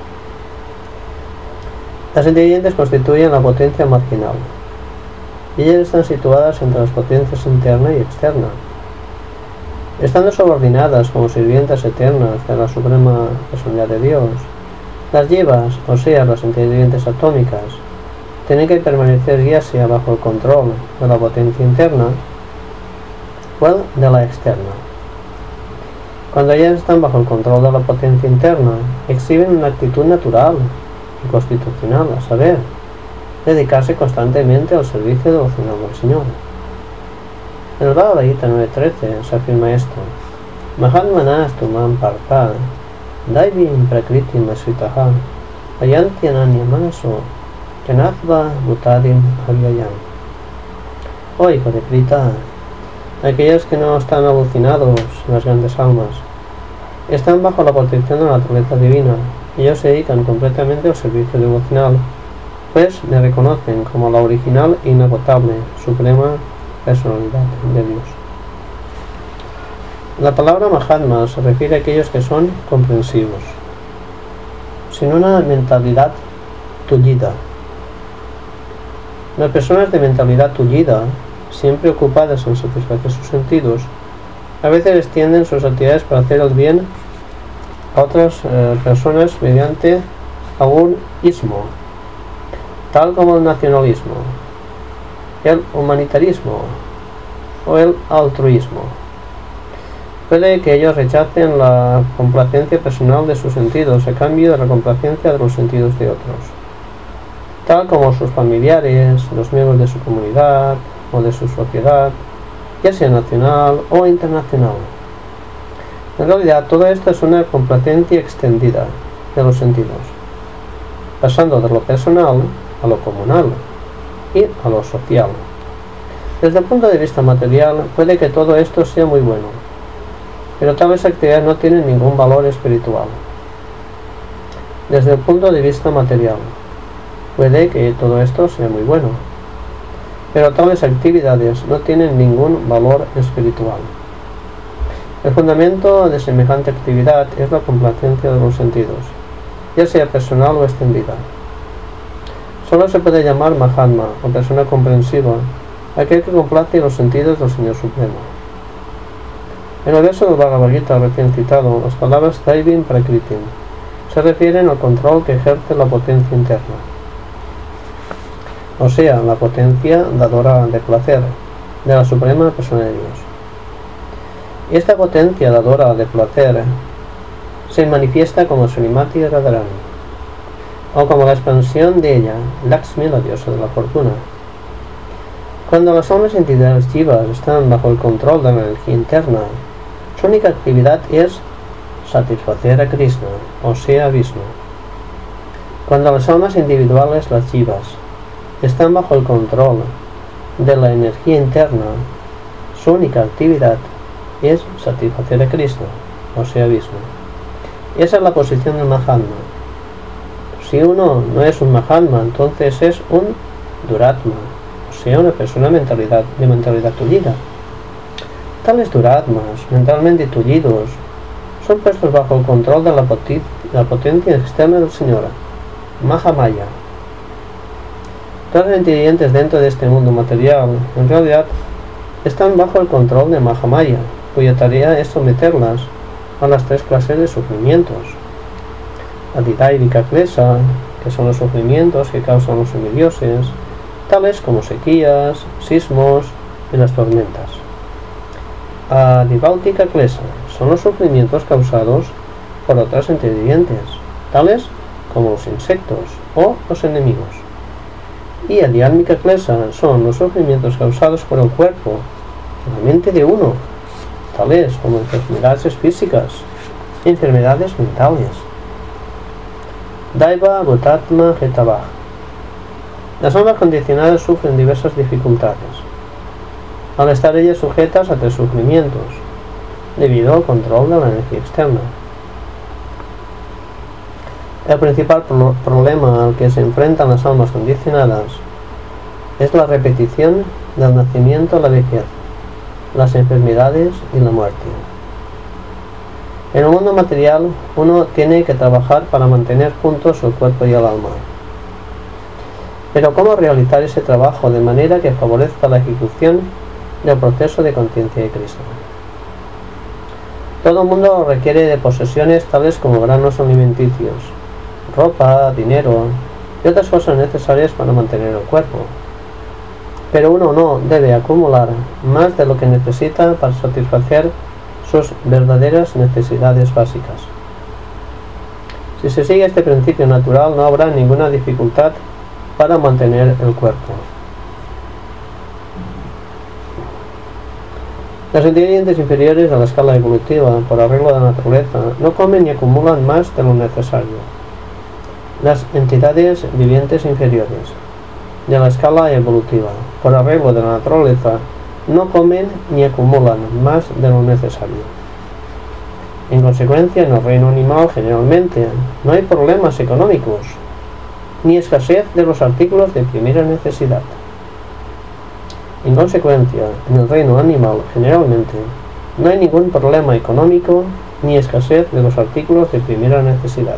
Las inteligentes constituyen la potencia marginal, y ellas están situadas entre las potencias interna y externa. Estando subordinadas como sirvientas eternas de la Suprema Personalidad de Dios, las yivas, o sea, las inteligentes atómicas, tienen que permanecer ya sea bajo el control de la potencia interna o de la externa. Cuando ellas están bajo el control de la potencia interna, exhiben una actitud natural y constitucional, a saber, dedicarse constantemente al servicio devocional del Señor. En el Bhagavad Gita nueve trece se afirma esto: Mahatmanas tumam parta daivim prakritim asvitaha ayanti ananya manaso janatva bhutadim avyayam. Oh hijo de Krita, aquellos que no están alucinados, las grandes almas, están bajo la protección de la naturaleza divina. Ellos se dedican completamente al servicio devocional, pues me reconocen como la original e inagotable, suprema personalidad de Dios. La palabra Mahatma se refiere a aquellos que son comprensivos, sin una mentalidad tullida. Las personas de mentalidad tullida, siempre ocupadas en satisfacer sus sentidos, a veces extienden sus actividades para hacer el bien a otras eh, personas mediante algún ismo, tal como el nacionalismo, el humanitarismo o el altruismo. Puede que ellos rechacen la complacencia personal de sus sentidos a cambio de la complacencia de los sentidos de otros, tal como sus familiares, los miembros de su comunidad o de su sociedad, ya sea nacional o internacional. En realidad, todo esto es una complacencia extendida de los sentidos, pasando de lo personal a lo comunal y a lo social. Desde el punto de vista material, puede que todo esto sea muy bueno, pero tales actividades no tienen ningún valor espiritual. Desde el punto de vista material, puede que todo esto sea muy bueno, pero tales actividades no tienen ningún valor espiritual. El fundamento de semejante actividad es la complacencia de los sentidos, ya sea personal o extendida. Solo se puede llamar Mahatma, o persona comprensiva, aquel que complace los sentidos del Señor Supremo. En el verso del Bhagavad Gita recién citado, las palabras Daivim Prakritim se refieren al control que ejerce la potencia interna, o sea, la potencia dadora de placer de la Suprema Persona de Dios. Y esta potencia dadora de placer se manifiesta como Srimati Radharani, o como la expansión de ella, Lakshmi, la diosa de la fortuna. Cuando las almas entidades jivas están bajo el control de la energía interna, su única actividad es satisfacer a Krishna, o sea, Vishnu. Cuando las almas individuales, las jivas, están bajo el control de la energía interna, su única actividad es satisfacer a Krishna, o sea, Vishnu. Esa es la posición del Mahatma. Si uno no es un Mahatma, entonces es un Duratma, o sea, una persona de mentalidad, de mentalidad tullida. Tales Duratmas, mentalmente tullidos, son puestos bajo el control de la, poti la potencia externa del Señor, Mahamaya. Todos los inteligentes dentro de este mundo material, en realidad, están bajo el control de Mahamaya, cuya tarea es someterlas a las tres clases de sufrimientos. Adhita y Vikaklesa, que son los sufrimientos que causan los semidioses, tales como sequías, sismos y las tormentas. Adhivautika Klesa son los sufrimientos causados por otras entes vivientes, tales como los insectos o los enemigos. Y Adhyatmika Klesa son los sufrimientos causados por el cuerpo, la mente de uno, tales como enfermedades físicas y enfermedades mentales. Daiva Bhutatma Hetavah. Las almas condicionadas sufren diversas dificultades, al estar ellas sujetas a tres sufrimientos, debido al control de la energía externa. El principal pro problema al que se enfrentan las almas condicionadas es la repetición del nacimiento a la vejez, las enfermedades y la muerte. En el mundo material, uno tiene que trabajar para mantener juntos el cuerpo y el alma. Pero ¿cómo realizar ese trabajo de manera que favorezca la ejecución del proceso de conciencia de Krishna? Todo el mundo requiere de posesiones tales como granos alimenticios, ropa, dinero y otras cosas necesarias para mantener el cuerpo. Pero uno no debe acumular más de lo que necesita para satisfacer sus verdaderas necesidades básicas. Si se sigue este principio natural, no habrá ninguna dificultad para mantener el cuerpo. Las inteligentes inferiores a la escala evolutiva, por arreglo de la naturaleza, no comen ni acumulan más de lo necesario. Las entidades vivientes inferiores de la escala evolutiva, por arreglo de la naturaleza, no comen ni acumulan más de lo necesario. En consecuencia, en el reino animal generalmente no hay problemas económicos, ni escasez de los artículos de primera necesidad. En consecuencia, en el reino animal generalmente no hay ningún problema económico ni escasez de los artículos de primera necesidad.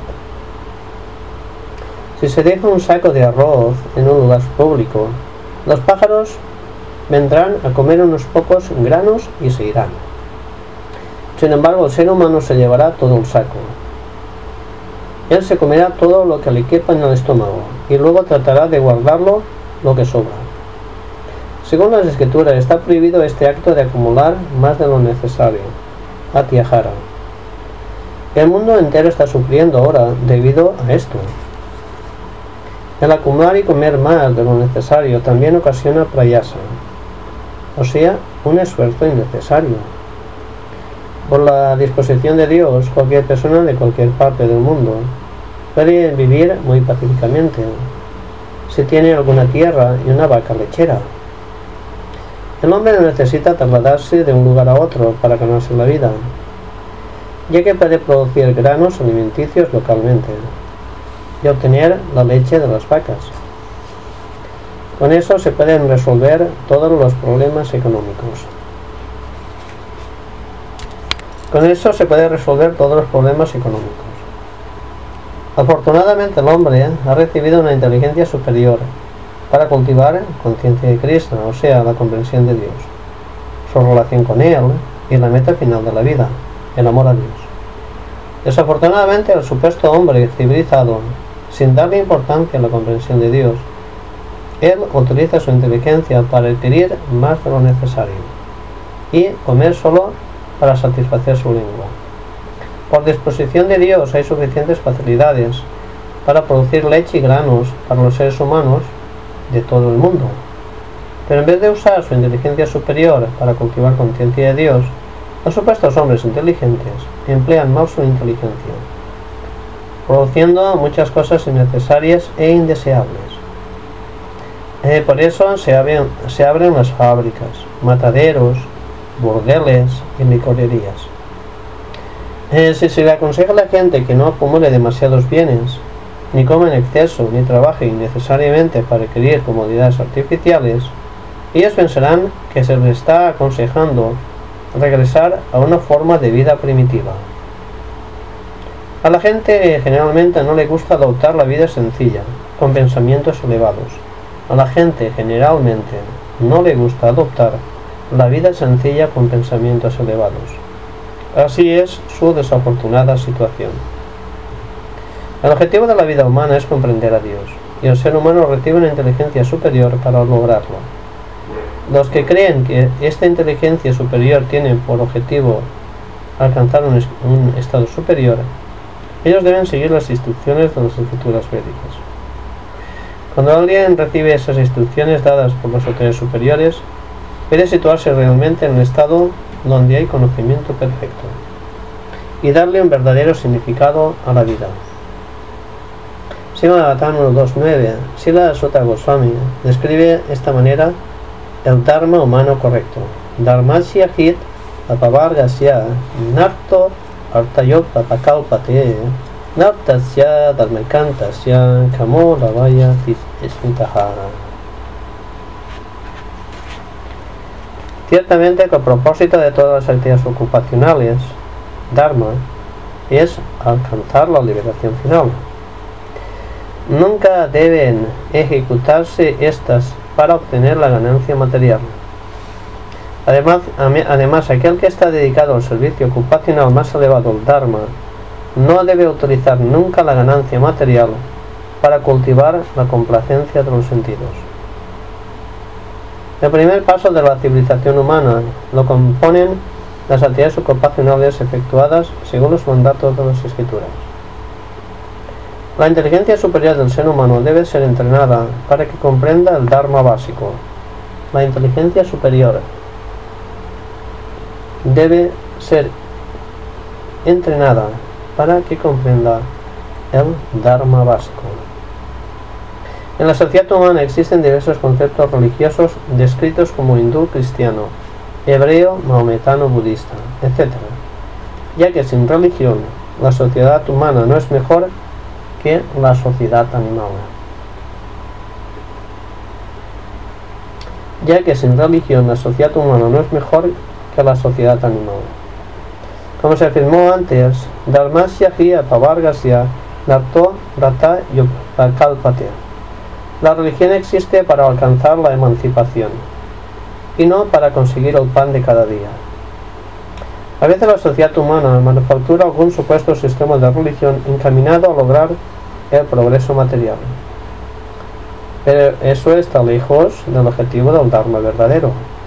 Si se deja un saco de arroz en un lugar público, los pájaros vendrán a comer unos pocos granos y se irán. Sin embargo, el ser humano se llevará todo el saco. Él se comerá todo lo que le quepa en el estómago y luego tratará de guardarlo lo que sobra. Según las escrituras, está prohibido este acto de acumular más de lo necesario. Atyahara. El mundo entero está sufriendo ahora debido a esto. El acumular y comer más de lo necesario también ocasiona prayasa, o sea, un esfuerzo innecesario. Por la disposición de Dios, cualquier persona de cualquier parte del mundo puede vivir muy pacíficamente si tiene alguna tierra y una vaca lechera. El hombre no necesita trasladarse de un lugar a otro para ganarse la vida, ya que puede producir granos alimenticios localmente y obtener la leche de las vacas. Con eso se pueden resolver todos los problemas económicos. Con eso se puede resolver todos los problemas económicos. Afortunadamente el hombre ha recibido una inteligencia superior para cultivar conciencia de Krishna, o sea, la comprensión de Dios, su relación con Él y la meta final de la vida, el amor a Dios. Desafortunadamente el supuesto hombre civilizado, sin darle importancia a la comprensión de Dios, él utiliza su inteligencia para adquirir más de lo necesario y comer solo para satisfacer su lengua. Por disposición de Dios hay suficientes facilidades para producir leche y granos para los seres humanos de todo el mundo. Pero en vez de usar su inteligencia superior para cultivar conciencia de Dios, los supuestos hombres inteligentes emplean mal su inteligencia, produciendo muchas cosas innecesarias e indeseables. Eh, por eso se abren, se abren las fábricas, mataderos, burdeles y licorerías. Eh, si se le aconseja a la gente que no acumule demasiados bienes, ni coma en exceso, ni trabaje innecesariamente para adquirir comodidades artificiales, ellos pensarán que se les está aconsejando regresar a una forma de vida primitiva. A la gente generalmente no le gusta adoptar la vida sencilla, con pensamientos elevados. A la gente generalmente no le gusta adoptar la vida sencilla con pensamientos elevados. Así es su desafortunada situación. El objetivo de la vida humana es comprender a Dios, y el ser humano recibe una inteligencia superior para lograrlo. Los que creen que esta inteligencia superior tiene por objetivo alcanzar un, un estado superior, ellos deben seguir las instrucciones de las escrituras védicas. Cuando alguien recibe esas instrucciones dadas por los autores superiores, puede situarse realmente en un estado donde hay conocimiento perfecto y darle un verdadero significado a la vida. Srimad Bhagavatam uno punto dos punto nueve, Srila Sutta Goswami describe esta manera el Dharma humano correcto. Dharmasya hit apavargasya narto artayot papakalpate nartasya dharmekantasya kamo lavaya smitaha. Ciertamente que el propósito de todas las actividades ocupacionales, Dharma, es alcanzar la liberación final. Nunca deben ejecutarse estas para obtener la ganancia material. Además, además, aquel que está dedicado al servicio ocupacional más elevado, el Dharma, no debe utilizar nunca la ganancia material para cultivar la complacencia de los sentidos. El primer paso de la civilización humana lo componen las actividades ocupacionales efectuadas según los mandatos de las escrituras. La inteligencia superior del ser humano debe ser entrenada para que comprenda el Dharma básico. La inteligencia superior debe ser entrenada para que comprenda el Dharma básico. En la sociedad humana existen diversos conceptos religiosos descritos como hindú, cristiano, hebreo, maometano, budista, etcétera, ya que sin religión la sociedad humana no es mejor que la sociedad animal. Ya que sin religión la sociedad humana no es mejor que la sociedad animal. Como se afirmó antes, Dharmasya hi apavargasya narto rata yupakalpate. La religión existe para alcanzar la emancipación y no para conseguir el pan de cada día. A veces la sociedad humana manufactura algún supuesto sistema de religión encaminado a lograr el progreso material. Pero eso está lejos del objetivo del Dharma verdadero.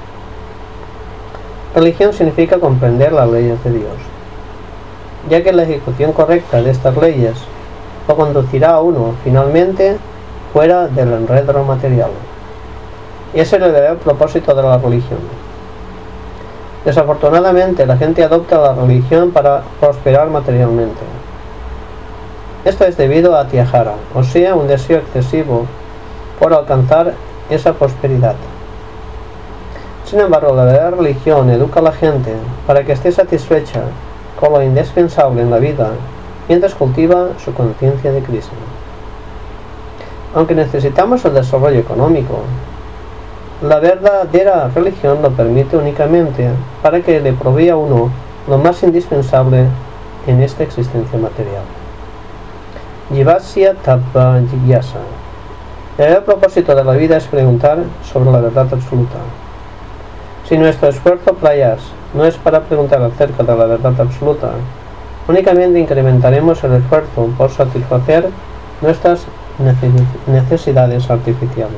Religión significa comprender las leyes de Dios, ya que la ejecución correcta de estas leyes lo conducirá a uno, finalmente, fuera del enredo material. Y ese es el verdadero propósito de la religión. Desafortunadamente, la gente adopta la religión para prosperar materialmente. Esto es debido a Tyahara, o sea, un deseo excesivo por alcanzar esa prosperidad. Sin embargo, la verdadera religión educa a la gente para que esté satisfecha con lo indispensable en la vida mientras cultiva su conciencia de Krishna. Aunque necesitamos el desarrollo económico, la verdadera religión lo permite únicamente para que le provea a uno lo más indispensable en esta existencia material. Jivasya Tattva Jigyasa. El propósito de la vida es preguntar sobre la verdad absoluta. Si nuestro esfuerzo prayas no es para preguntar acerca de la verdad absoluta, únicamente incrementaremos el esfuerzo por satisfacer nuestras necesidades artificiales.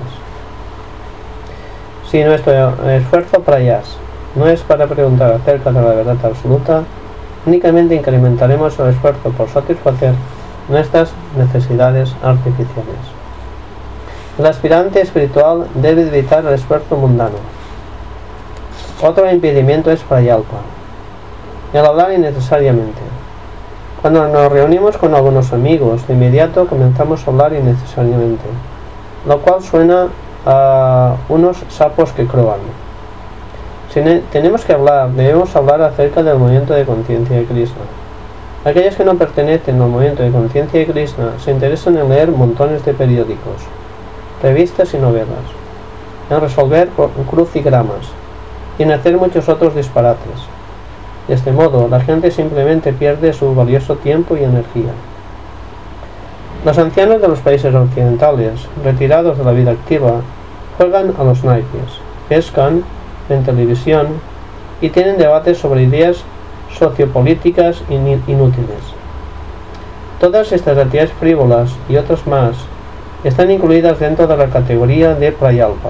Si nuestro esfuerzo prayas no es para preguntar acerca de la verdad absoluta, únicamente incrementaremos el esfuerzo por satisfacer nuestras necesidades artificiales. El aspirante espiritual debe evitar el esfuerzo mundano. Otro impedimento es prayalpa, el hablar innecesariamente. Cuando nos reunimos con algunos amigos, de inmediato comenzamos a hablar innecesariamente, lo cual suena a unos sapos que croan. Si tenemos que hablar, debemos hablar acerca del movimiento de conciencia de Krishna. Aquellos que no pertenecen al movimiento de conciencia de Krishna se interesan en leer montones de periódicos, revistas y novelas, en resolver crucigramas y en hacer muchos otros disparates. De este modo, la gente simplemente pierde su valioso tiempo y energía. Los ancianos de los países occidentales, retirados de la vida activa, juegan a los naipes, pescan, ven televisión y tienen debates sobre ideas sociopolíticas inútiles. Todas estas actividades frívolas y otras más están incluidas dentro de la categoría de Prayalpa.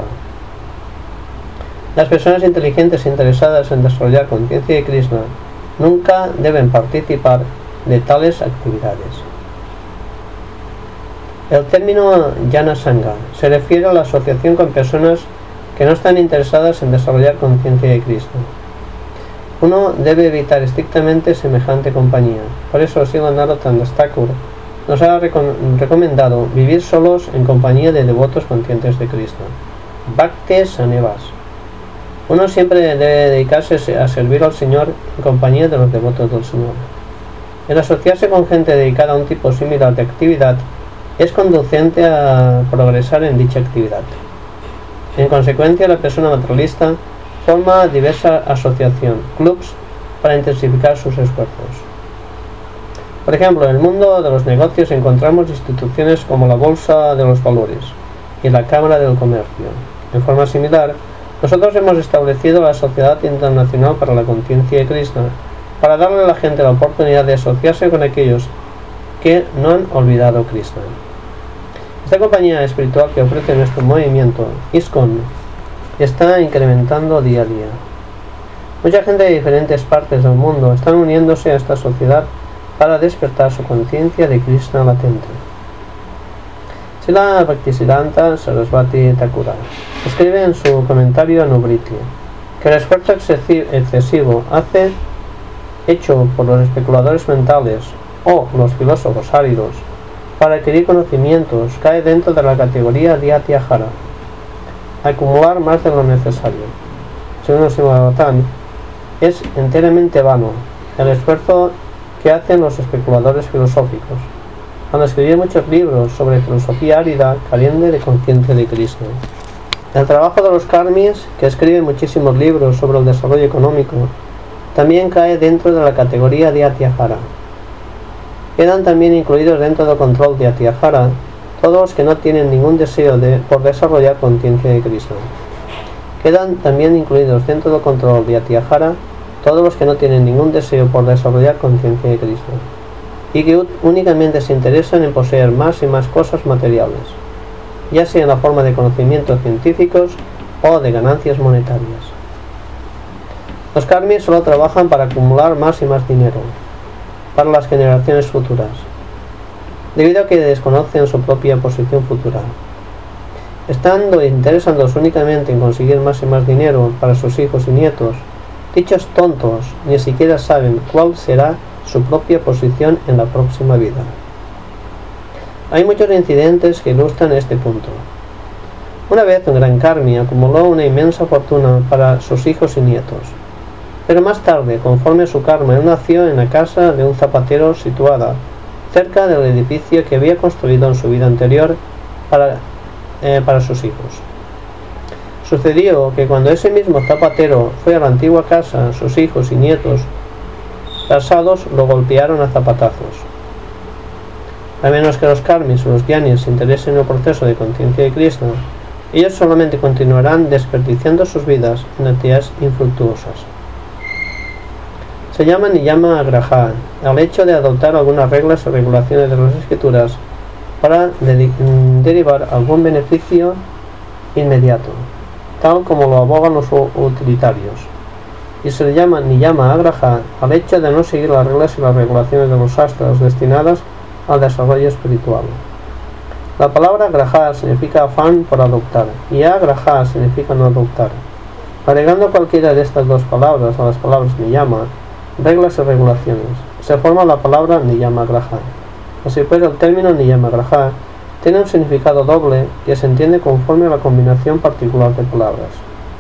Las personas inteligentes interesadas en desarrollar conciencia de Krishna nunca deben participar de tales actividades. El término Jnana Sangha se refiere a la asociación con personas que no están interesadas en desarrollar conciencia de Krishna. Uno debe evitar estrictamente semejante compañía. Por eso Srila Narottam Das Thakur nos ha recomendado vivir solos en compañía de devotos conscientes de Krishna. Bhaktes Sanevas. Uno siempre debe dedicarse a servir al Señor en compañía de los devotos del Señor. El asociarse con gente dedicada a un tipo similar de actividad es conducente a progresar en dicha actividad. En consecuencia, la persona materialista forma diversa asociación, clubs, para intensificar sus esfuerzos. Por ejemplo, en el mundo de los negocios encontramos instituciones como la Bolsa de los Valores y la Cámara del Comercio. En forma similar, nosotros hemos establecido la Sociedad Internacional para la Conciencia de Krishna para darle a la gente la oportunidad de asociarse con aquellos que no han olvidado Krishna. Esta compañía espiritual que ofrece nuestro movimiento, ISKCON, está incrementando día a día. Mucha gente de diferentes partes del mundo están uniéndose a esta sociedad para despertar su conciencia de Krishna latente. Srila Bhaktisiddhanta Sarasvati Thakura escribe en su comentario a Nubriti que el esfuerzo excesivo hace hecho por los especuladores mentales o los filósofos áridos para adquirir conocimientos cae dentro de la categoría Dhyatyahara, acumular más de lo necesario. Según Srila Bhagavatam, es enteramente vano el esfuerzo que hacen los especuladores filosóficos al escribir muchos libros sobre filosofía árida carente de conciencia de Krishna. El trabajo de los karmis, que escriben muchísimos libros sobre el desarrollo económico, también cae dentro de la categoría Dhyatyahara. Quedan también incluidos dentro del control Dhyatyahara todos los que no tienen ningún deseo de, por desarrollar conciencia de Krishna. Quedan también incluidos dentro del control Dhyatyahara todos los que no tienen ningún deseo por desarrollar conciencia de Krishna y que únicamente se interesan en poseer más y más cosas materiales, ya sea en la forma de conocimientos científicos o de ganancias monetarias. Los karmis solo trabajan para acumular más y más dinero para las generaciones futuras, debido a que desconocen su propia posición futura. Estando interesándose únicamente en conseguir más y más dinero para sus hijos y nietos, dichos tontos ni siquiera saben cuál será su propia posición en la próxima vida. Hay muchos incidentes que ilustran este punto. Una vez un gran karmi acumuló una inmensa fortuna para sus hijos y nietos, pero más tarde, conforme su karma, él nació en la casa de un zapatero situada cerca del edificio que había construido en su vida anterior para, eh, para sus hijos. Sucedió que cuando ese mismo zapatero fue a la antigua casa, sus hijos y nietos casados lo golpearon a zapatazos. A menos que los karmis o los jnanis se interesen en el proceso de conciencia de Krishna, ellos solamente continuarán desperdiciando sus vidas en actividades infructuosas. Se llama niyama agraha al hecho de adoptar algunas reglas o regulaciones de las escrituras para de derivar algún beneficio inmediato, tal como lo abogan los utilitarios. Y se le llama niyama agraha al hecho de no seguir las reglas y las regulaciones de los astras destinadas al desarrollo espiritual. La palabra graha significa afán por adoptar y agraha significa no adoptar. Agregando cualquiera de estas dos palabras a las palabras niyama, reglas y regulaciones, se forma la palabra niyama graha. Así pues, el término niyama graha tiene un significado doble que se entiende conforme a la combinación particular de palabras.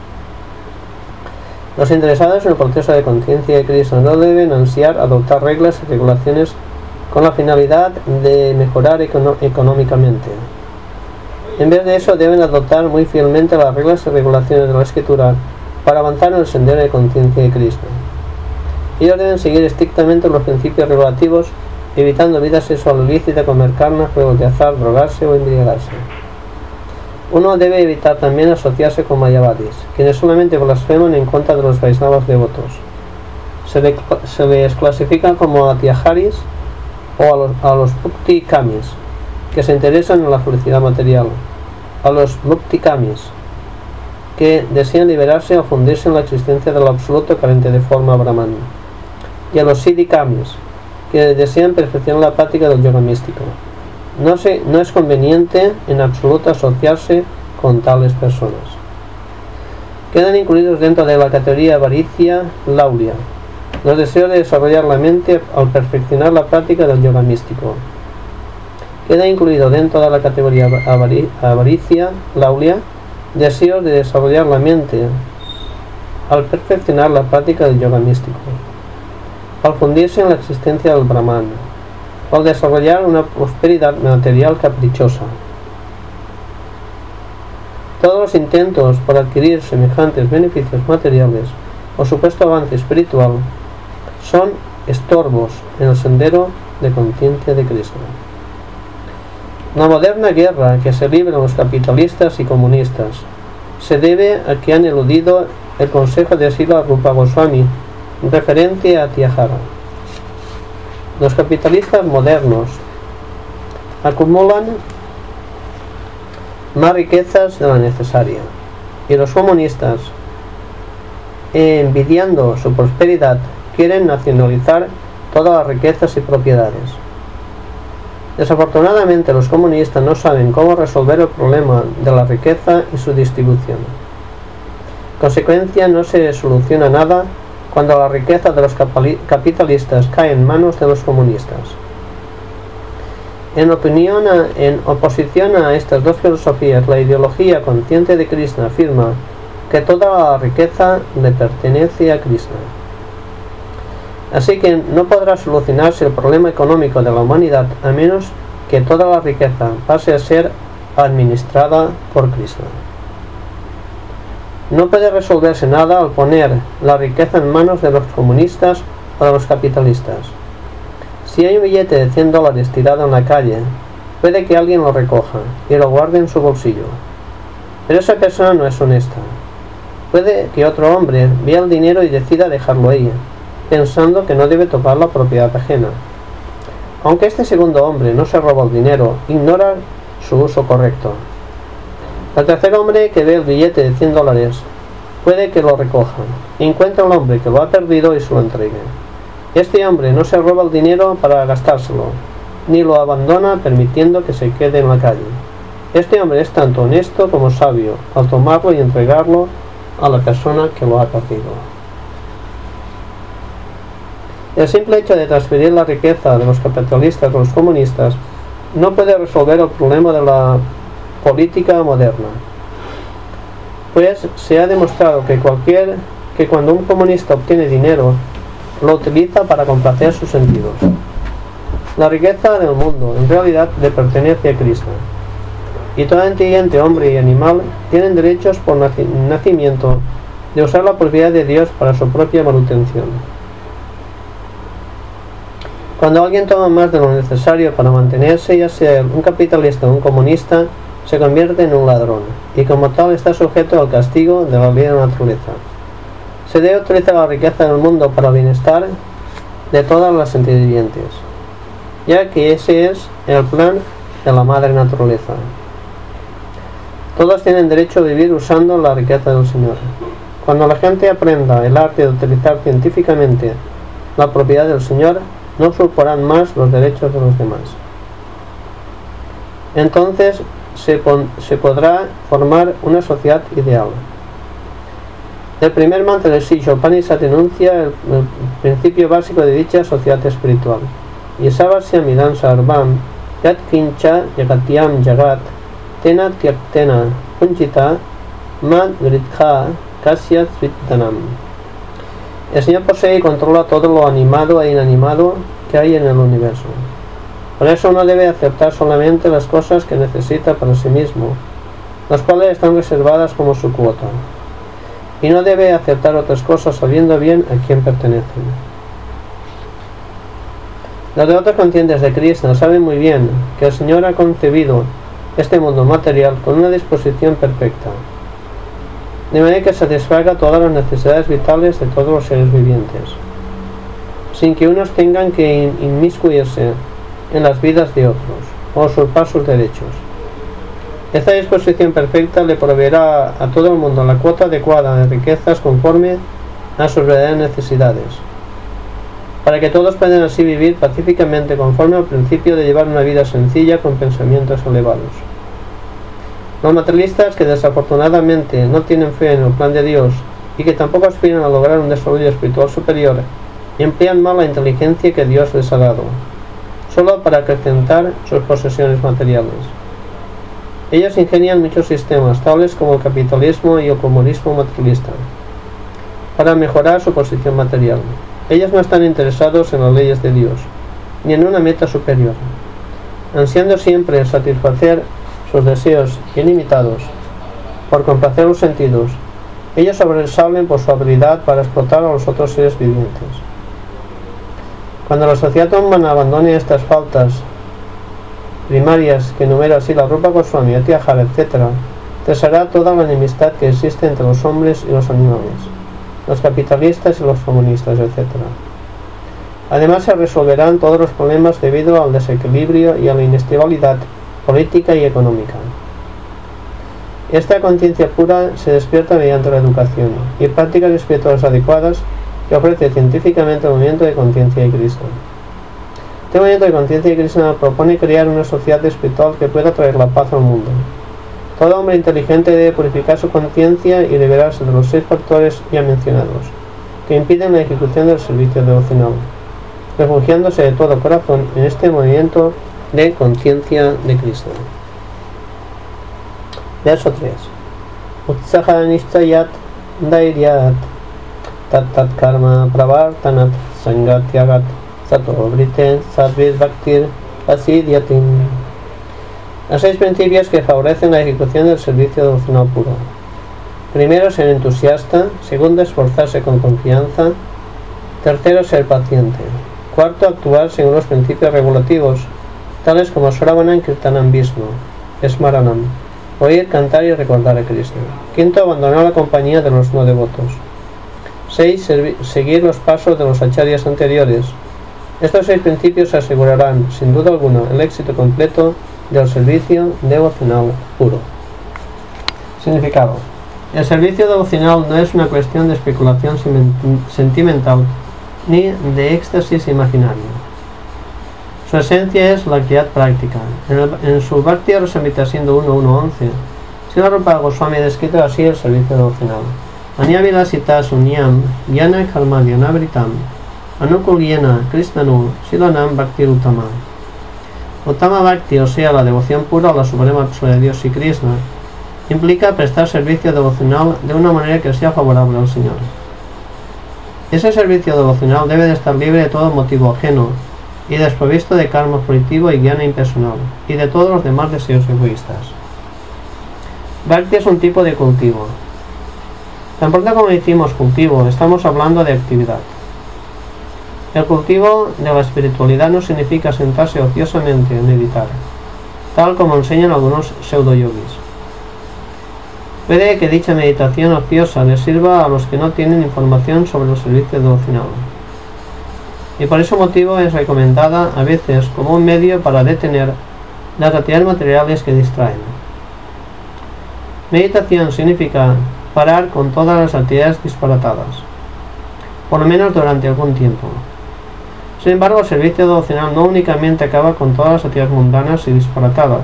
Los interesados en el proceso de conciencia de Krishna no deben ansiar adoptar reglas y regulaciones con la finalidad de mejorar econo económicamente. En vez de eso, deben adoptar muy fielmente las reglas y regulaciones de la escritura para avanzar en el sendero de conciencia de Krishna. Ellos deben seguir estrictamente los principios regulativos, evitando vida sexual ilícita, comer carne, juegos de azar, drogarse o embriagarse. Uno debe evitar también asociarse con mayavadis, quienes solamente blasfeman en contra de los Vaisnavas devotos. Se, le, se les clasifica como atyajaris o a los, a los bhukti kamis, que se interesan en la felicidad material, a los bhukti kamis, que desean liberarse o fundirse en la existencia del absoluto carente de forma brahman, y a los siddhi kamis, que desean perfeccionar la práctica del yoga místico. No, se, no es conveniente en absoluto asociarse con tales personas. Quedan incluidos dentro de la categoría avaricia lauria, los deseos de desarrollar la mente al perfeccionar la práctica del yoga místico. Queda incluido dentro de la categoría avari, avaricia lauria, deseos de desarrollar la mente al perfeccionar la práctica del yoga místico, al fundirse en la existencia del Brahman, o al desarrollar una prosperidad material caprichosa. Todos los intentos por adquirir semejantes beneficios materiales o supuesto avance espiritual son estorbos en el sendero de conciencia de Krishna. La moderna guerra que se libran los capitalistas y comunistas se debe a que han eludido el consejo de Srila Rupa Goswami referente a Tyajara. Los capitalistas modernos acumulan más riquezas de la necesaria, y los comunistas, envidiando su prosperidad, quieren nacionalizar todas las riquezas y propiedades. Desafortunadamente, los comunistas no saben cómo resolver el problema de la riqueza y su distribución. En consecuencia, no se soluciona nada cuando la riqueza de los capitalistas cae en manos de los comunistas. En, opinión a, en oposición a estas dos filosofías, la ideología consciente de Krishna afirma que toda la riqueza le pertenece a Krishna. Así que no podrá solucionarse el problema económico de la humanidad a menos que toda la riqueza pase a ser administrada por Krishna. No puede resolverse nada al poner la riqueza en manos de los comunistas o de los capitalistas. Si hay un billete de cien dólares tirado en la calle, puede que alguien lo recoja y lo guarde en su bolsillo. Pero esa persona no es honesta. Puede que otro hombre vea el dinero y decida dejarlo ahí, pensando que no debe tocar la propiedad ajena. Aunque este segundo hombre no se roba el dinero, ignora su uso correcto. El tercer hombre que ve el billete de cien dólares puede que lo recoja, encuentra al hombre que lo ha perdido y se lo entregue. Este hombre no se roba el dinero para gastárselo, ni lo abandona permitiendo que se quede en la calle. Este hombre es tanto honesto como sabio al tomarlo y entregarlo a la persona que lo ha perdido. El simple hecho de transferir la riqueza de los capitalistas a los comunistas no puede resolver el problema de la política moderna, pues se ha demostrado que cualquier que cuando un comunista obtiene dinero lo utiliza para complacer sus sentidos. La riqueza del mundo en realidad le pertenece a Krishna, y todo inteligente hombre y animal tienen derechos por naci nacimiento de usar la propiedad de Dios para su propia manutención. Cuando alguien toma más de lo necesario para mantenerse, ya sea un capitalista o un comunista, se convierte en un ladrón, y como tal está sujeto al castigo de la ley de la naturaleza. Se debe utilizar la riqueza del mundo para el bienestar de todas las entidades vivientes, ya que ese es el plan de la madre naturaleza. Todos tienen derecho a vivir usando la riqueza del Señor. Cuando la gente aprenda el arte de utilizar científicamente la propiedad del Señor, no usurparán más los derechos de los demás. Entonces se, se podrá formar una sociedad ideal. El primer mantra del Sisha Upanishad enuncia el, el principio básico de dicha sociedad espiritual. Yesavasya midam sarvam Yat kincha yagatyam jagat tena tyaktena punchita mad gritha kasya svitanam. El Señor posee y controla todo lo animado e inanimado que hay en el universo. Por eso uno debe aceptar solamente las cosas que necesita para sí mismo, las cuales están reservadas como su cuota, y no debe aceptar otras cosas sabiendo bien a quién pertenecen. Los devotos conscientes de Krishna saben muy bien que el Señor ha concebido este mundo material con una disposición perfecta, de manera que satisfaga todas las necesidades vitales de todos los seres vivientes, sin que unos tengan que inmiscuirse en las vidas de otros o usurpar sus derechos. Esta disposición perfecta le proveerá a todo el mundo la cuota adecuada de riquezas conforme a sus verdaderas necesidades, para que todos puedan así vivir pacíficamente conforme al principio de llevar una vida sencilla con pensamientos elevados. Los materialistas que desafortunadamente no tienen fe en el plan de Dios y que tampoco aspiran a lograr un desarrollo espiritual superior, emplean mal la inteligencia que Dios les ha dado, solo para acrecentar sus posesiones materiales. Ellos ingenian muchos sistemas, tales como el capitalismo y el comunismo materialista, para mejorar su posición material. Ellos no están interesados en las leyes de Dios, ni en una meta superior, ansiando siempre satisfacer sus deseos ilimitados por complacer los sentidos. Ellos sobresalen por su habilidad para explotar a los otros seres vivientes. Cuando la sociedad humana abandone estas faltas primarias que enumera así la Rupa Goswami, Atiyahara, etcétera, cesará toda la enemistad que existe entre los hombres y los animales, los capitalistas y los comunistas, etcétera. Además, se resolverán todos los problemas debido al desequilibrio y a la inestabilidad política y económica. Esta conciencia pura se despierta mediante la educación y prácticas espirituales adecuadas que ofrece científicamente el movimiento de conciencia de Krishna. Este movimiento de conciencia de Krishna propone crear una sociedad espiritual que pueda traer la paz al mundo. Todo hombre inteligente debe purificar su conciencia y liberarse de los seis factores ya mencionados, que impiden la ejecución del servicio devocional, refugiándose de todo corazón en este movimiento de conciencia de Krishna. Verso tres. Utsaha nishchayat dairyat tat tat karma pravartanat sangatyagat sato briten sadvid bhaktir asidyatim. Los seis principios que favorecen la ejecución del servicio devocional puro. Primero, ser entusiasta. Segundo, esforzarse con confianza. Tercero, ser paciente. Cuarto, actuar según los principios regulativos, tales como Sravanam, Kirtanam, Vishnu, Smaranam, oír, cantar y recordar a Krishna. Quinto, abandonar la compañía de los no devotos. seis. Seguir los pasos de los acharyas anteriores. Estos seis principios asegurarán, sin duda alguna, el éxito completo del servicio devocional puro. Significado. El servicio devocional no es una cuestión de especulación sentimental ni de éxtasis imaginario. Su esencia es la actividad práctica. En, el, en su Bhakti Rasamrita siendo uno punto uno punto once, Srila Rupa Goswami ha descrito así el servicio devocional. Anyavilasita sunyam yana karma dhyanabritam anukulyena krishnanu silanam bhakti utama. Uttama Bhakti, o sea, la devoción pura a la suprema persona de Dios y Krishna, implica prestar servicio devocional de una manera que sea favorable al Señor. Ese servicio devocional debe de estar libre de todo motivo ajeno y desprovisto de karma punitivo y jnana impersonal, y de todos los demás deseos egoístas. Bhakti es un tipo de cultivo. Tan pronto como decimos cultivo, estamos hablando de actividad. El cultivo de la espiritualidad no significa sentarse ociosamente a meditar, tal como enseñan algunos pseudo-yogis. Puede que dicha meditación ociosa les sirva a los que no tienen información sobre el servicio devocional, y por ese motivo es recomendada a veces como un medio para detener las actividades materiales que distraen. Meditación significa parar con todas las actividades disparatadas, por lo menos durante algún tiempo. Sin embargo, el servicio devocional no únicamente acaba con todas las actividades mundanas y disparatadas,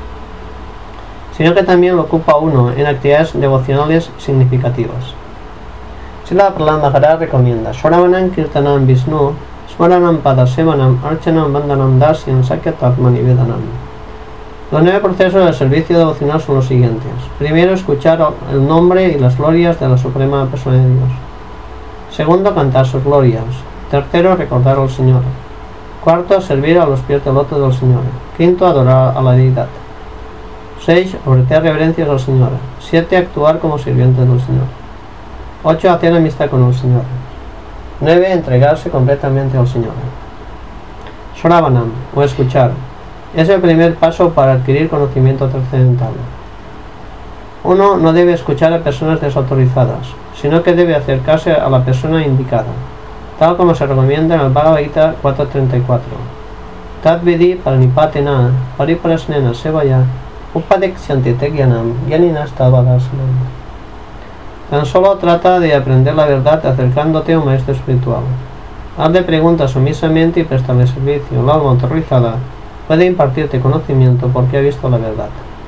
sino que también lo ocupa uno en actividades devocionales significativas. Srila Prahlad Maharaj recomienda Sravanam, Kirtanam, Vishnu, Smaranam Padasevanam Archanam Vandanam Dasyam Sakyatatmani Vedanam. Los nueve procesos del servicio devocional son los siguientes. Primero, escuchar el nombre y las glorias de la Suprema Persona de Dios. Segundo, cantar sus glorias. Tercero, recordar al Señor. Cuarto, servir a los pies del loto del Señor. Quinto, adorar a la deidad. Seis, ofrecer reverencias al Señor. Siete, actuar como sirvientes del Señor. Ocho, hacer amistad con el Señor. Nueve, entregarse completamente al Señor. Shravanam, o escuchar, es el primer paso para adquirir conocimiento trascendental. Uno no debe escuchar a personas desautorizadas, sino que debe acercarse a la persona indicada, tal como se recomienda en el Bhagavad Gita cuatro treinta y cuatro. Tad vidi paranipatena pariprasnena sevaya upadekshyanti te gyanam gyaninas tavadasanam. Tan solo trata de aprender la verdad acercándote a un maestro espiritual. Hazle preguntas sumisamente y prestarle servicio. La alma autorizada puede impartirte conocimiento porque ha visto la verdad.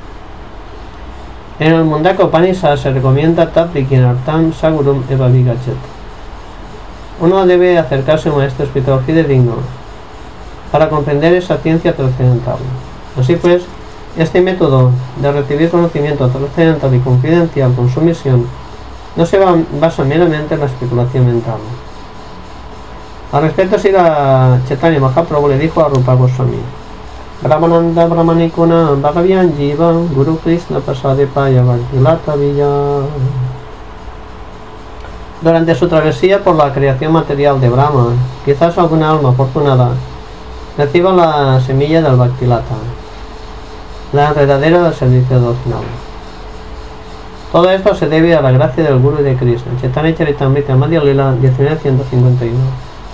En el Mundaka Upanishad se recomienda Tatvikinartam Sagurum Eva Vigachet. Uno debe acercarse a un maestro espiritual fidedigno para comprender esa ciencia trascendental. Así pues, este método de recibir conocimiento trascendental y confidencial con su misión no se basa meramente en la especulación mental. Al respecto, Srila Chaitanya Mahaprabhu le dijo a Rupa Goswami: Brahmananda Brahmanikuna Bhagavan Jiva Guru Krishna Pasade Paya Vartilata Villa. Durante su travesía por la creación material de Brahma, quizás alguna alma afortunada reciba la semilla del Bhaktilata, la enredadera del servicio devocional. Todo esto se debe a la gracia del Guru de Krishna. Chaitanya Charitamrita Madhya Lila diecinueve ciento cincuenta y uno.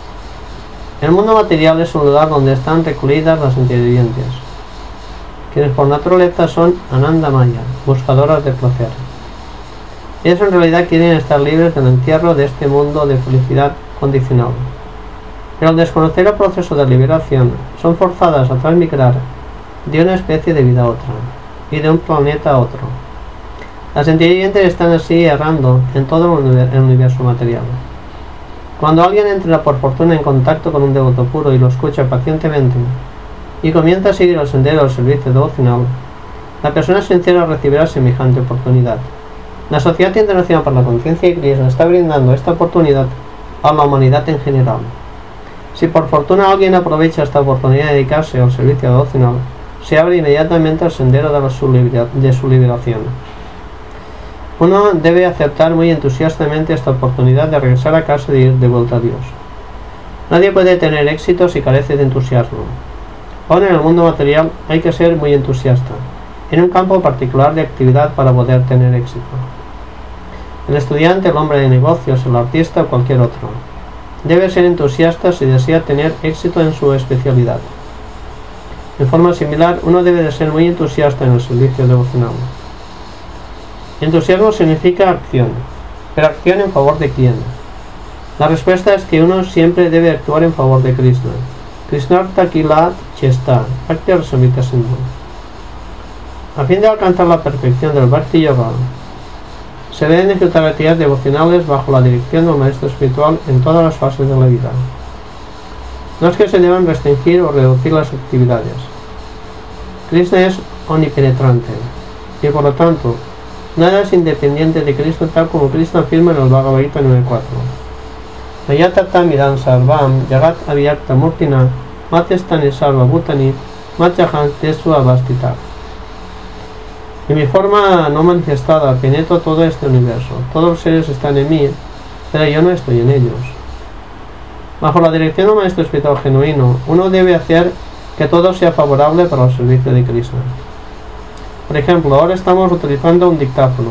El mundo material es un lugar donde están recluidas las inteligentes, quienes por naturaleza son Anandamaya, buscadoras de placer. Ellos en realidad quieren estar libres del encierro de este mundo de felicidad condicional. Pero al desconocer el proceso de liberación, son forzadas a transmigrar de una especie de vida a otra, y de un planeta a otro. Las inteligentes están así errando en todo el universo material. Cuando alguien entra por fortuna en contacto con un devoto puro y lo escucha pacientemente, y comienza a seguir el sendero del servicio devocional, la persona sincera recibirá semejante oportunidad. La Sociedad Internacional para la Conciencia y Krishna está brindando esta oportunidad a la humanidad en general. Si por fortuna alguien aprovecha esta oportunidad de dedicarse al servicio devocional, se abre inmediatamente el sendero de, la su, de su liberación. Uno debe aceptar muy entusiastamente esta oportunidad de regresar a casa y ir de vuelta a Dios. Nadie puede tener éxito si carece de entusiasmo. Aún en el mundo material hay que ser muy entusiasta, en un campo particular de actividad para poder tener éxito. El estudiante, el hombre de negocios, el artista o cualquier otro, debe ser entusiasta si desea tener éxito en su especialidad. De forma similar, uno debe de ser muy entusiasta en el servicio devocional. Entusiasmo significa acción, pero acción en favor de quién. La respuesta es que uno siempre debe actuar en favor de Krishna. Krishnartha Kilat Chesta, Bhakti Rasamrita Sindhu. A fin de alcanzar la perfección del Bhakti Yoga, se deben ejecutar actividades devocionales bajo la dirección del maestro espiritual en todas las fases de la vida. No es que se deban restringir o reducir las actividades. Krishna es omnipenetrante y por lo tanto nada es independiente de Krishna, tal como Krishna afirma en el Bhagavad Gita nueve cuatro. Ayatata midan sarvam yagat avyakta murtina matestani sarva bhutani matyahan tesu avastita. En mi forma no manifestada penetro todo este universo. Todos los seres están en mí, pero yo no estoy en ellos. Bajo la dirección de un maestro espiritual genuino, uno debe hacer que todo sea favorable para el servicio de Krishna. Por ejemplo, ahora estamos utilizando un dictáfono.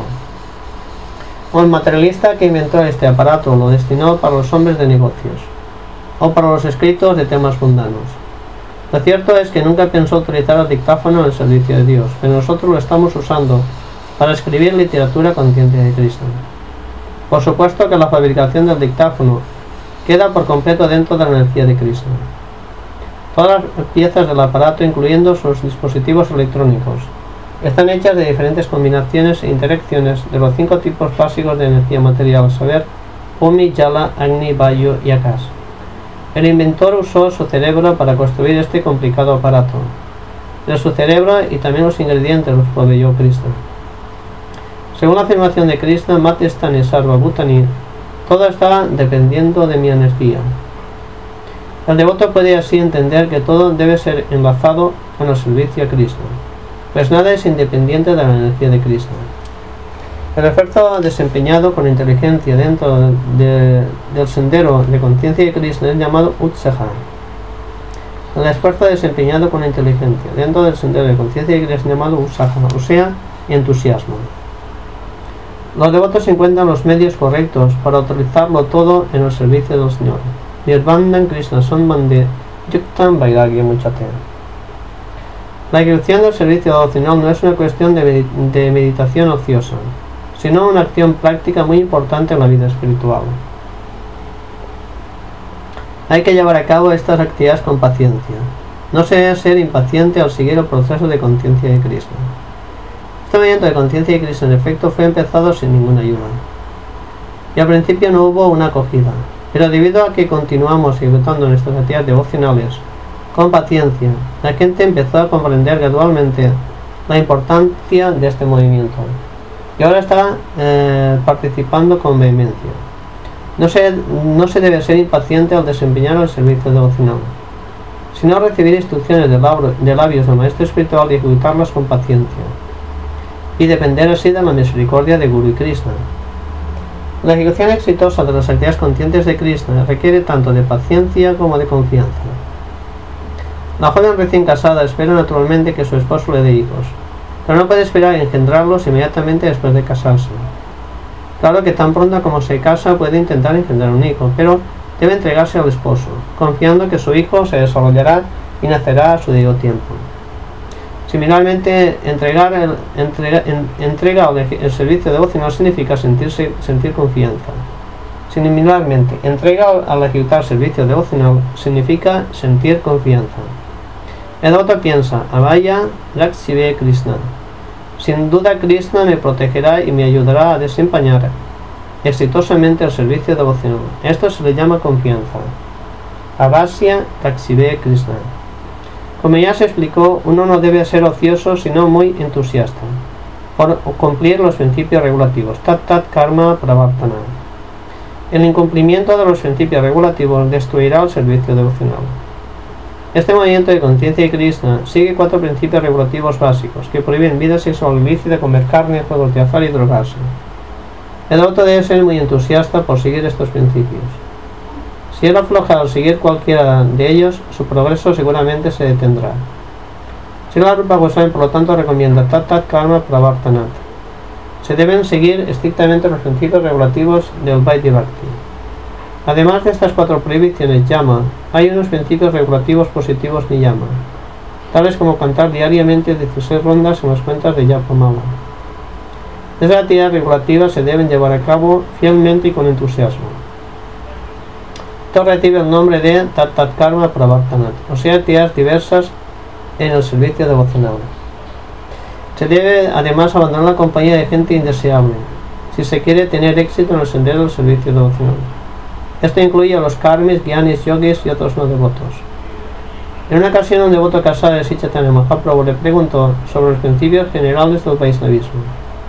El materialista que inventó este aparato lo destinó para los hombres de negocios, o para los escritos de temas mundanos. Lo cierto es que nunca pensó utilizar el dictáfono en el servicio de Dios, pero nosotros lo estamos usando para escribir literatura consciente de Krishna. Por supuesto que la fabricación del dictáfono queda por completo dentro de la energía de Krishna. Todas las piezas del aparato, incluyendo sus dispositivos electrónicos, están hechas de diferentes combinaciones e interacciones de los cinco tipos básicos de energía material, a saber, Bhumi, Jala, Agni, Vayu y Akas. El inventor usó su cerebro para construir este complicado aparato. Pero su cerebro y también los ingredientes los proveyó Krishna. Según la afirmación de Krishna, Matestani Sarva Bhutani, todo está dependiendo de mi energía. El devoto puede así entender que todo debe ser enlazado con el servicio a Krishna, pues nada es independiente de la energía de Krishna. El esfuerzo desempeñado con inteligencia dentro de, de, del sendero de conciencia de Krishna es llamado Utsaha. El esfuerzo desempeñado con inteligencia dentro del sendero de conciencia de Krishna es llamado Usaha, o sea, entusiasmo. Los devotos encuentran los medios correctos para utilizarlo todo en el servicio del Señor. Nirvandam Krishna Sambandhe Yuktam Vairagya Muchate. La ejecución del servicio devocional no es una cuestión de, de meditación ociosa, sino una acción práctica muy importante en la vida espiritual. Hay que llevar a cabo estas actividades con paciencia. No se debe ser impaciente al seguir el proceso de conciencia de Krishna. Este movimiento de conciencia de Krishna en efecto fue empezado sin ninguna ayuda. Y al principio no hubo una acogida, pero debido a que continuamos ejecutando nuestras actividades devocionales con paciencia, la gente empezó a comprender gradualmente la importancia de este movimiento y ahora está eh, participando con vehemencia. No se, no se debe ser impaciente al desempeñar el servicio devocional, sino recibir instrucciones de, labro, de labios del maestro espiritual y ejecutarlas con paciencia, y depender así de la misericordia de Guru y Krishna. La ejecución exitosa de las actividades conscientes de Krishna requiere tanto de paciencia como de confianza. La joven recién casada espera naturalmente que su esposo le dé hijos, pero no puede esperar a engendrarlos inmediatamente después de casarse. Claro que tan pronto como se casa puede intentar engendrar un hijo, pero debe entregarse al esposo, confiando que su hijo se desarrollará y nacerá a su debido tiempo. Similarmente, entregar el, entrega, en, entrega el, el servicio devocional significa sentirse, sentir confianza. Similarmente, entrega al ejecutar servicio devocional significa sentir confianza. El devoto piensa, Avaya Lakshive Krishna. Sin duda Krishna me protegerá y me ayudará a desempeñar exitosamente el servicio devocional. Esto se le llama confianza. Avasya Lakshive Krishna. Como ya se explicó, uno no debe ser ocioso sino muy entusiasta por cumplir los principios regulativos. Tat Tat Karma Pravartana. El incumplimiento de los principios regulativos destruirá el servicio devocional. Este movimiento de conciencia de Krishna sigue cuatro principios regulativos básicos que prohíben vida sexual ilícita, comer carne, juegos de azar y drogarse. El devoto debe ser muy entusiasta por seguir estos principios. Si él afloja al seguir cualquiera de ellos, su progreso seguramente se detendrá. Srila Rupa Goswami, por lo tanto, recomienda Tat Tat Karma Pravartanat. Se deben seguir estrictamente los principios regulativos del Vaidhi Bhakti. Además de estas cuatro prohibiciones Yama, hay unos principios regulativos positivos Niyama, tales como cantar diariamente dieciséis rondas en las cuentas de Yapamala. Estas actividades regulativas se deben llevar a cabo fielmente y con entusiasmo. Esto recibe el nombre de Tat Tat Karma Pravartanat, o sea, actividades diversas en el servicio devocional. Se debe además abandonar la compañía de gente indeseable, si se quiere tener éxito en el sendero del servicio devocional. Esto incluye a los karmis, gyanis, yogis y otros no devotos. En una ocasión, un devoto casado de Sri Chaitanya Mahaprabhu le preguntó sobre los principios generales del Vaishnavismo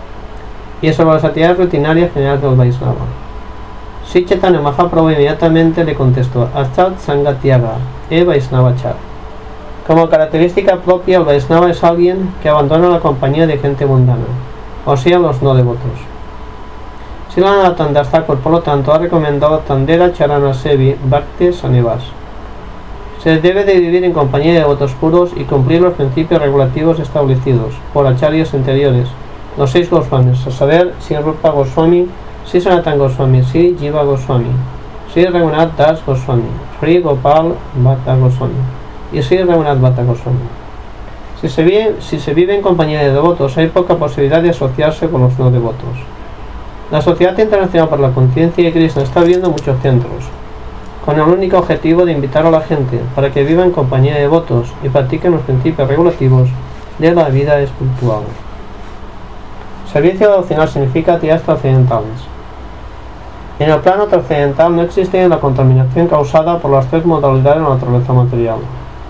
y sobre las actividades rutinarias generales del Vaishnava. Sri Chaitanya Mahaprabhu inmediatamente le contestó: Astat Sangatyaga e Vaishnavachar. Como característica propia, el Vaishnava es alguien que abandona la compañía de gente mundana, o sea, los no devotos. Srila Narottam Das Thakur, por lo tanto, ha recomendado Tandera Charana Sevi Bhakti Sanivas. Se debe de vivir en compañía de devotos puros y cumplir los principios regulativos establecidos por acharyas anteriores, los seis Goswamis, a saber, Sri Rupa Goswami, Sri Sanatana Goswami, Sri Jiva Goswami, Sri Raghunath Das Goswami, Sri Gopal Bhatta Goswami y Sri Raghunath Bhatta Goswami. Si se, vive, si se vive en compañía de devotos, hay poca posibilidad de asociarse con los no devotos. La Sociedad Internacional para la Conciencia de Krishna está abriendo muchos centros, con el único objetivo de invitar a la gente para que viva en compañía de devotos y practiquen los principios regulativos de la vida espiritual. Servicio devocional significa actividades trascendentales. En el plano trascendental no existe la contaminación causada por las tres modalidades de la naturaleza material.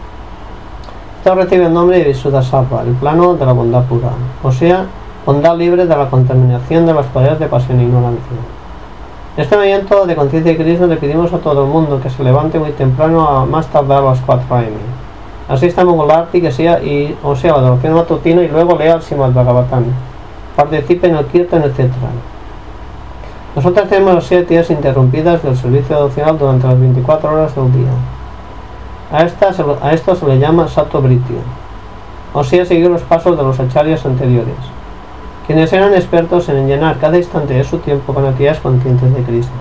Esto recibe el nombre de Visuddha-sattva, el plano de la bondad pura, o sea, bondad libre de la contaminación de las poderes de pasión e ignorancia. En este movimiento de conciencia de Krishna le pedimos a todo el mundo que se levante muy temprano, a más tardar a las cuatro a eme Asista a Mangalarti, que sea, y, o sea, la adoración matutina, y luego lea el Srimad Bhagavatam, participe en el Kirtan, etcétera. Nosotros tenemos las siete días interrumpidas del servicio devocional durante las veinticuatro horas del día. A, esta, a esto se le llama Sattva Vritti, o sea, seguir los pasos de los acharyas anteriores, quienes eran expertos en llenar cada instante de su tiempo con actividades conscientes de Krishna.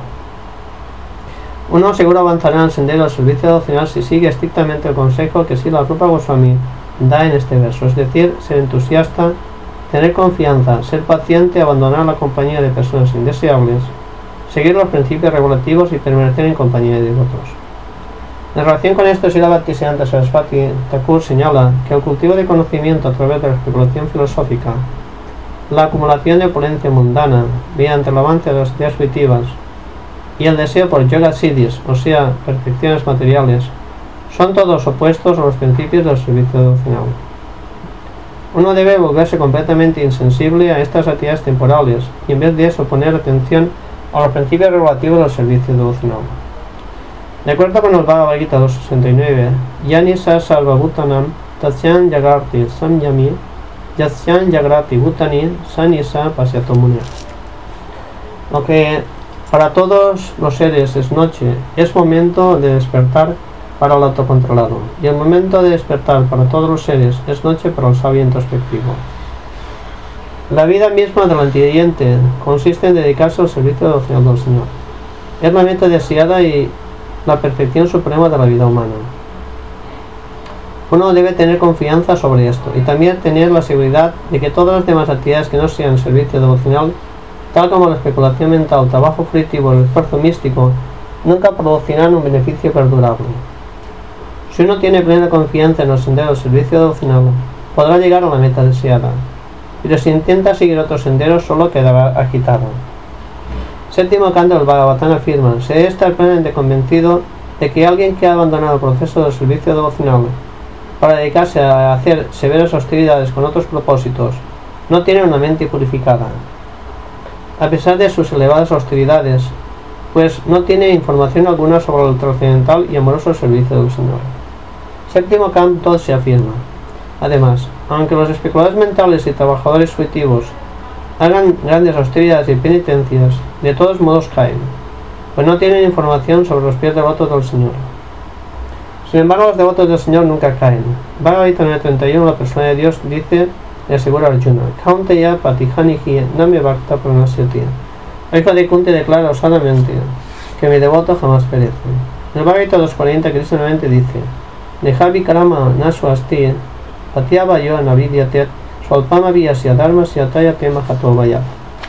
Uno seguro avanzará en el sendero del servicio devocional si sigue estrictamente el consejo que Srila Rupa Goswami da en este verso, es decir, ser entusiasta, tener confianza, ser paciente, abandonar la compañía de personas indeseables, seguir los principios regulativos y permanecer en compañía de devotos. En relación con esto, Srila Bhaktisiddhanta Saraswati Thakur señala que el cultivo de conocimiento a través de la especulación filosófica, la acumulación de opulencia mundana mediante el avance de las ideas intuitivas y el deseo por yoga siddhis, o sea, perfecciones materiales, son todos opuestos a los principios del servicio devocional. Uno debe volverse completamente insensible a estas actividades temporales y en vez de eso poner atención a los principios regulativos del servicio devocional. De acuerdo con el Bhagavad Gita dos sesenta y nueve, Yani sa sarva bhutanam tatsyan jagrati samyami yatsyan jagrati bhutani sanisa pasyato munya. Lo que para todos los seres es noche, es momento de despertar para el autocontrolado, y el momento de despertar para todos los seres es noche para el sabio introspectivo. La vida misma del antidiente consiste en dedicarse al servicio devocional del Señor. Es la meta deseada y la perfección suprema de la vida humana. Uno debe tener confianza sobre esto y también tener la seguridad de que todas las demás actividades que no sean servicio devocional, tal como la especulación mental, trabajo fruitivo, el esfuerzo místico, nunca producirán un beneficio perdurable. Si uno tiene plena confianza en los senderos del servicio devocional, podrá llegar a la meta deseada, pero si intenta seguir otros senderos solo quedará agitado. Séptimo canto del Bhagavatam afirma: se debe estar plenamente convencido de que alguien que ha abandonado el proceso del servicio devocional para dedicarse a hacer severas hostilidades con otros propósitos no tiene una mente purificada, a pesar de sus elevadas hostilidades, pues no tiene información alguna sobre el trascendental y amoroso servicio del Señor. Séptimo canto se afirma: además, aunque los especuladores mentales y trabajadores fruitivos hagan grandes hostilidades y penitencias, de todos modos caen, pues no tienen información sobre los pies devotos del Señor. Sin embargo, los devotos del Señor nunca caen. Bhagavad Gita nueve treinta y uno, la persona de Dios dice, le asegura a Arjuna: Kaunteya patihanihi name bhakta pranasyati. El hijo de Kunti declara osadamente que mi devoto jamás perece. En el Bhagavad Gita dos cuarenta, Krishna nuevamente dice: Nehavi karama nasu asti patyava yo navidyatet swalpama vyasya dharma syataya tema hatovaya.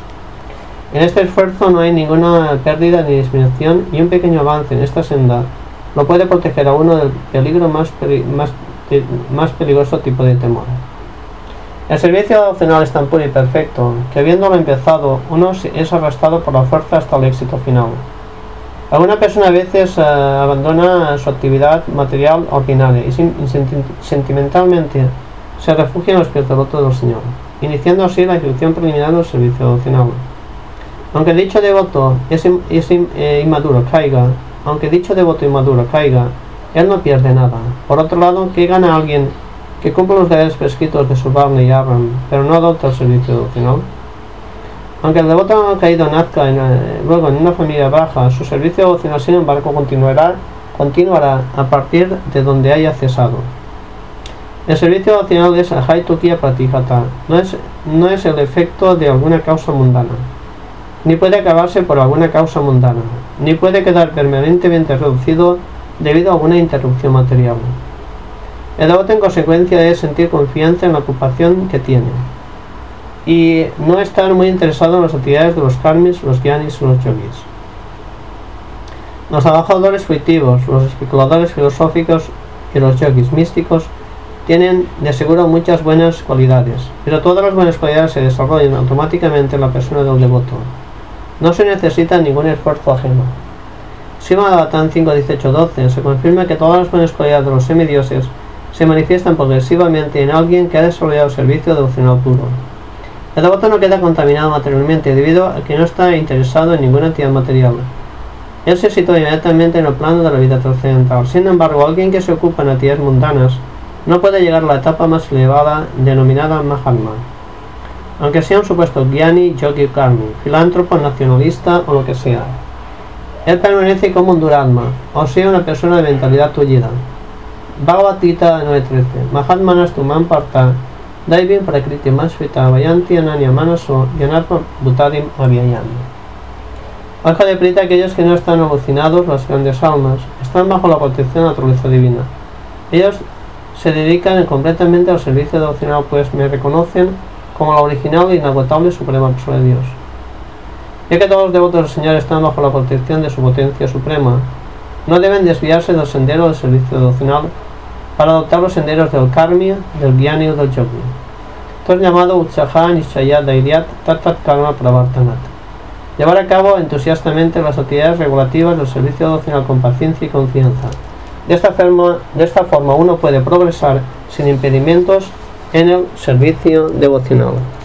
En este esfuerzo no hay ninguna pérdida ni disminución, y un pequeño avance en esta senda lo puede proteger a uno del peligro más, peri más, más peligroso tipo de temor. El servicio devocional es tan puro y perfecto que, habiéndolo empezado, uno es arrastrado por la fuerza hasta el éxito final. Alguna persona a veces uh, abandona su actividad material ordinaria y, sin, y senti sentimentalmente se refugia en los pies devotos del Señor, iniciando así la instrucción preliminar del servicio devocional. Aunque dicho devoto es, im, es im, eh, inmaduro caiga, aunque dicho devoto inmaduro caiga, él no pierde nada. Por otro lado, ¿qué gana alguien que cumple los deberes prescritos de su Varna y Arram, pero no adopta el servicio devocional? Aunque el devoto caído nazca en, eh, luego en una familia baja, su servicio devocional, sin embargo, continuará, continuará a partir de donde haya cesado. El servicio devocional es Ahaitukia Pratihata, no es, no es el efecto de alguna causa mundana, ni puede acabarse por alguna causa mundana, ni puede quedar permanentemente reducido debido a alguna interrupción material. El devoto, en consecuencia, debe sentir confianza en la ocupación que tiene y no estar muy interesado en las actividades de los karmis, los gyanis y los yogis. Los trabajadores fruitivos, los especuladores filosóficos y los yogis místicos tienen de seguro muchas buenas cualidades, pero todas las buenas cualidades se desarrollan automáticamente en la persona del devoto, No se necesita ningún esfuerzo ajeno. Srimad Bhagavatam cinco dieciocho doce se confirma que todas las buenas cualidades de los semidioses se manifiestan progresivamente en alguien que ha desarrollado servicio devocional puro. El devoto no queda contaminado materialmente debido a que no está interesado en ninguna entidad material. Él se sitúa inmediatamente en el plano de la vida trascendental. Sin embargo, alguien que se ocupa en actividades mundanas no puede llegar a la etapa más elevada denominada Mahatma, aunque sea un supuesto Gyani, Yogi, Karmi, filántropo, nacionalista o lo que sea. Él permanece como un Duratma, o sea, una persona de mentalidad tullida. Bhagavad Gita nueve trece. Mahatmanas tuman parta daivim prakriti masvita vayanti ananya manaso yanatma bhutadim avyayami. Ojo de Prita, aquellos que no están evolucionados, las grandes almas, están bajo la protección de la naturaleza divina. Ellos se dedican completamente al servicio devocional, pues me reconocen como la original e inagotable suprema persona de Dios. Ya que todos los devotos del Señor están bajo la protección de su potencia suprema, no deben desviarse del sendero del servicio devocional para adoptar los senderos del Karmi, del Gyani o del Yogi. Esto es llamado Utsaha Nishaya Dairyat Tatat Karma Pravartanat. Llevar a cabo entusiastamente las actividades regulativas del servicio devocional con paciencia y confianza. De esta forma, de esta forma uno puede progresar sin impedimentos en el servicio devocional.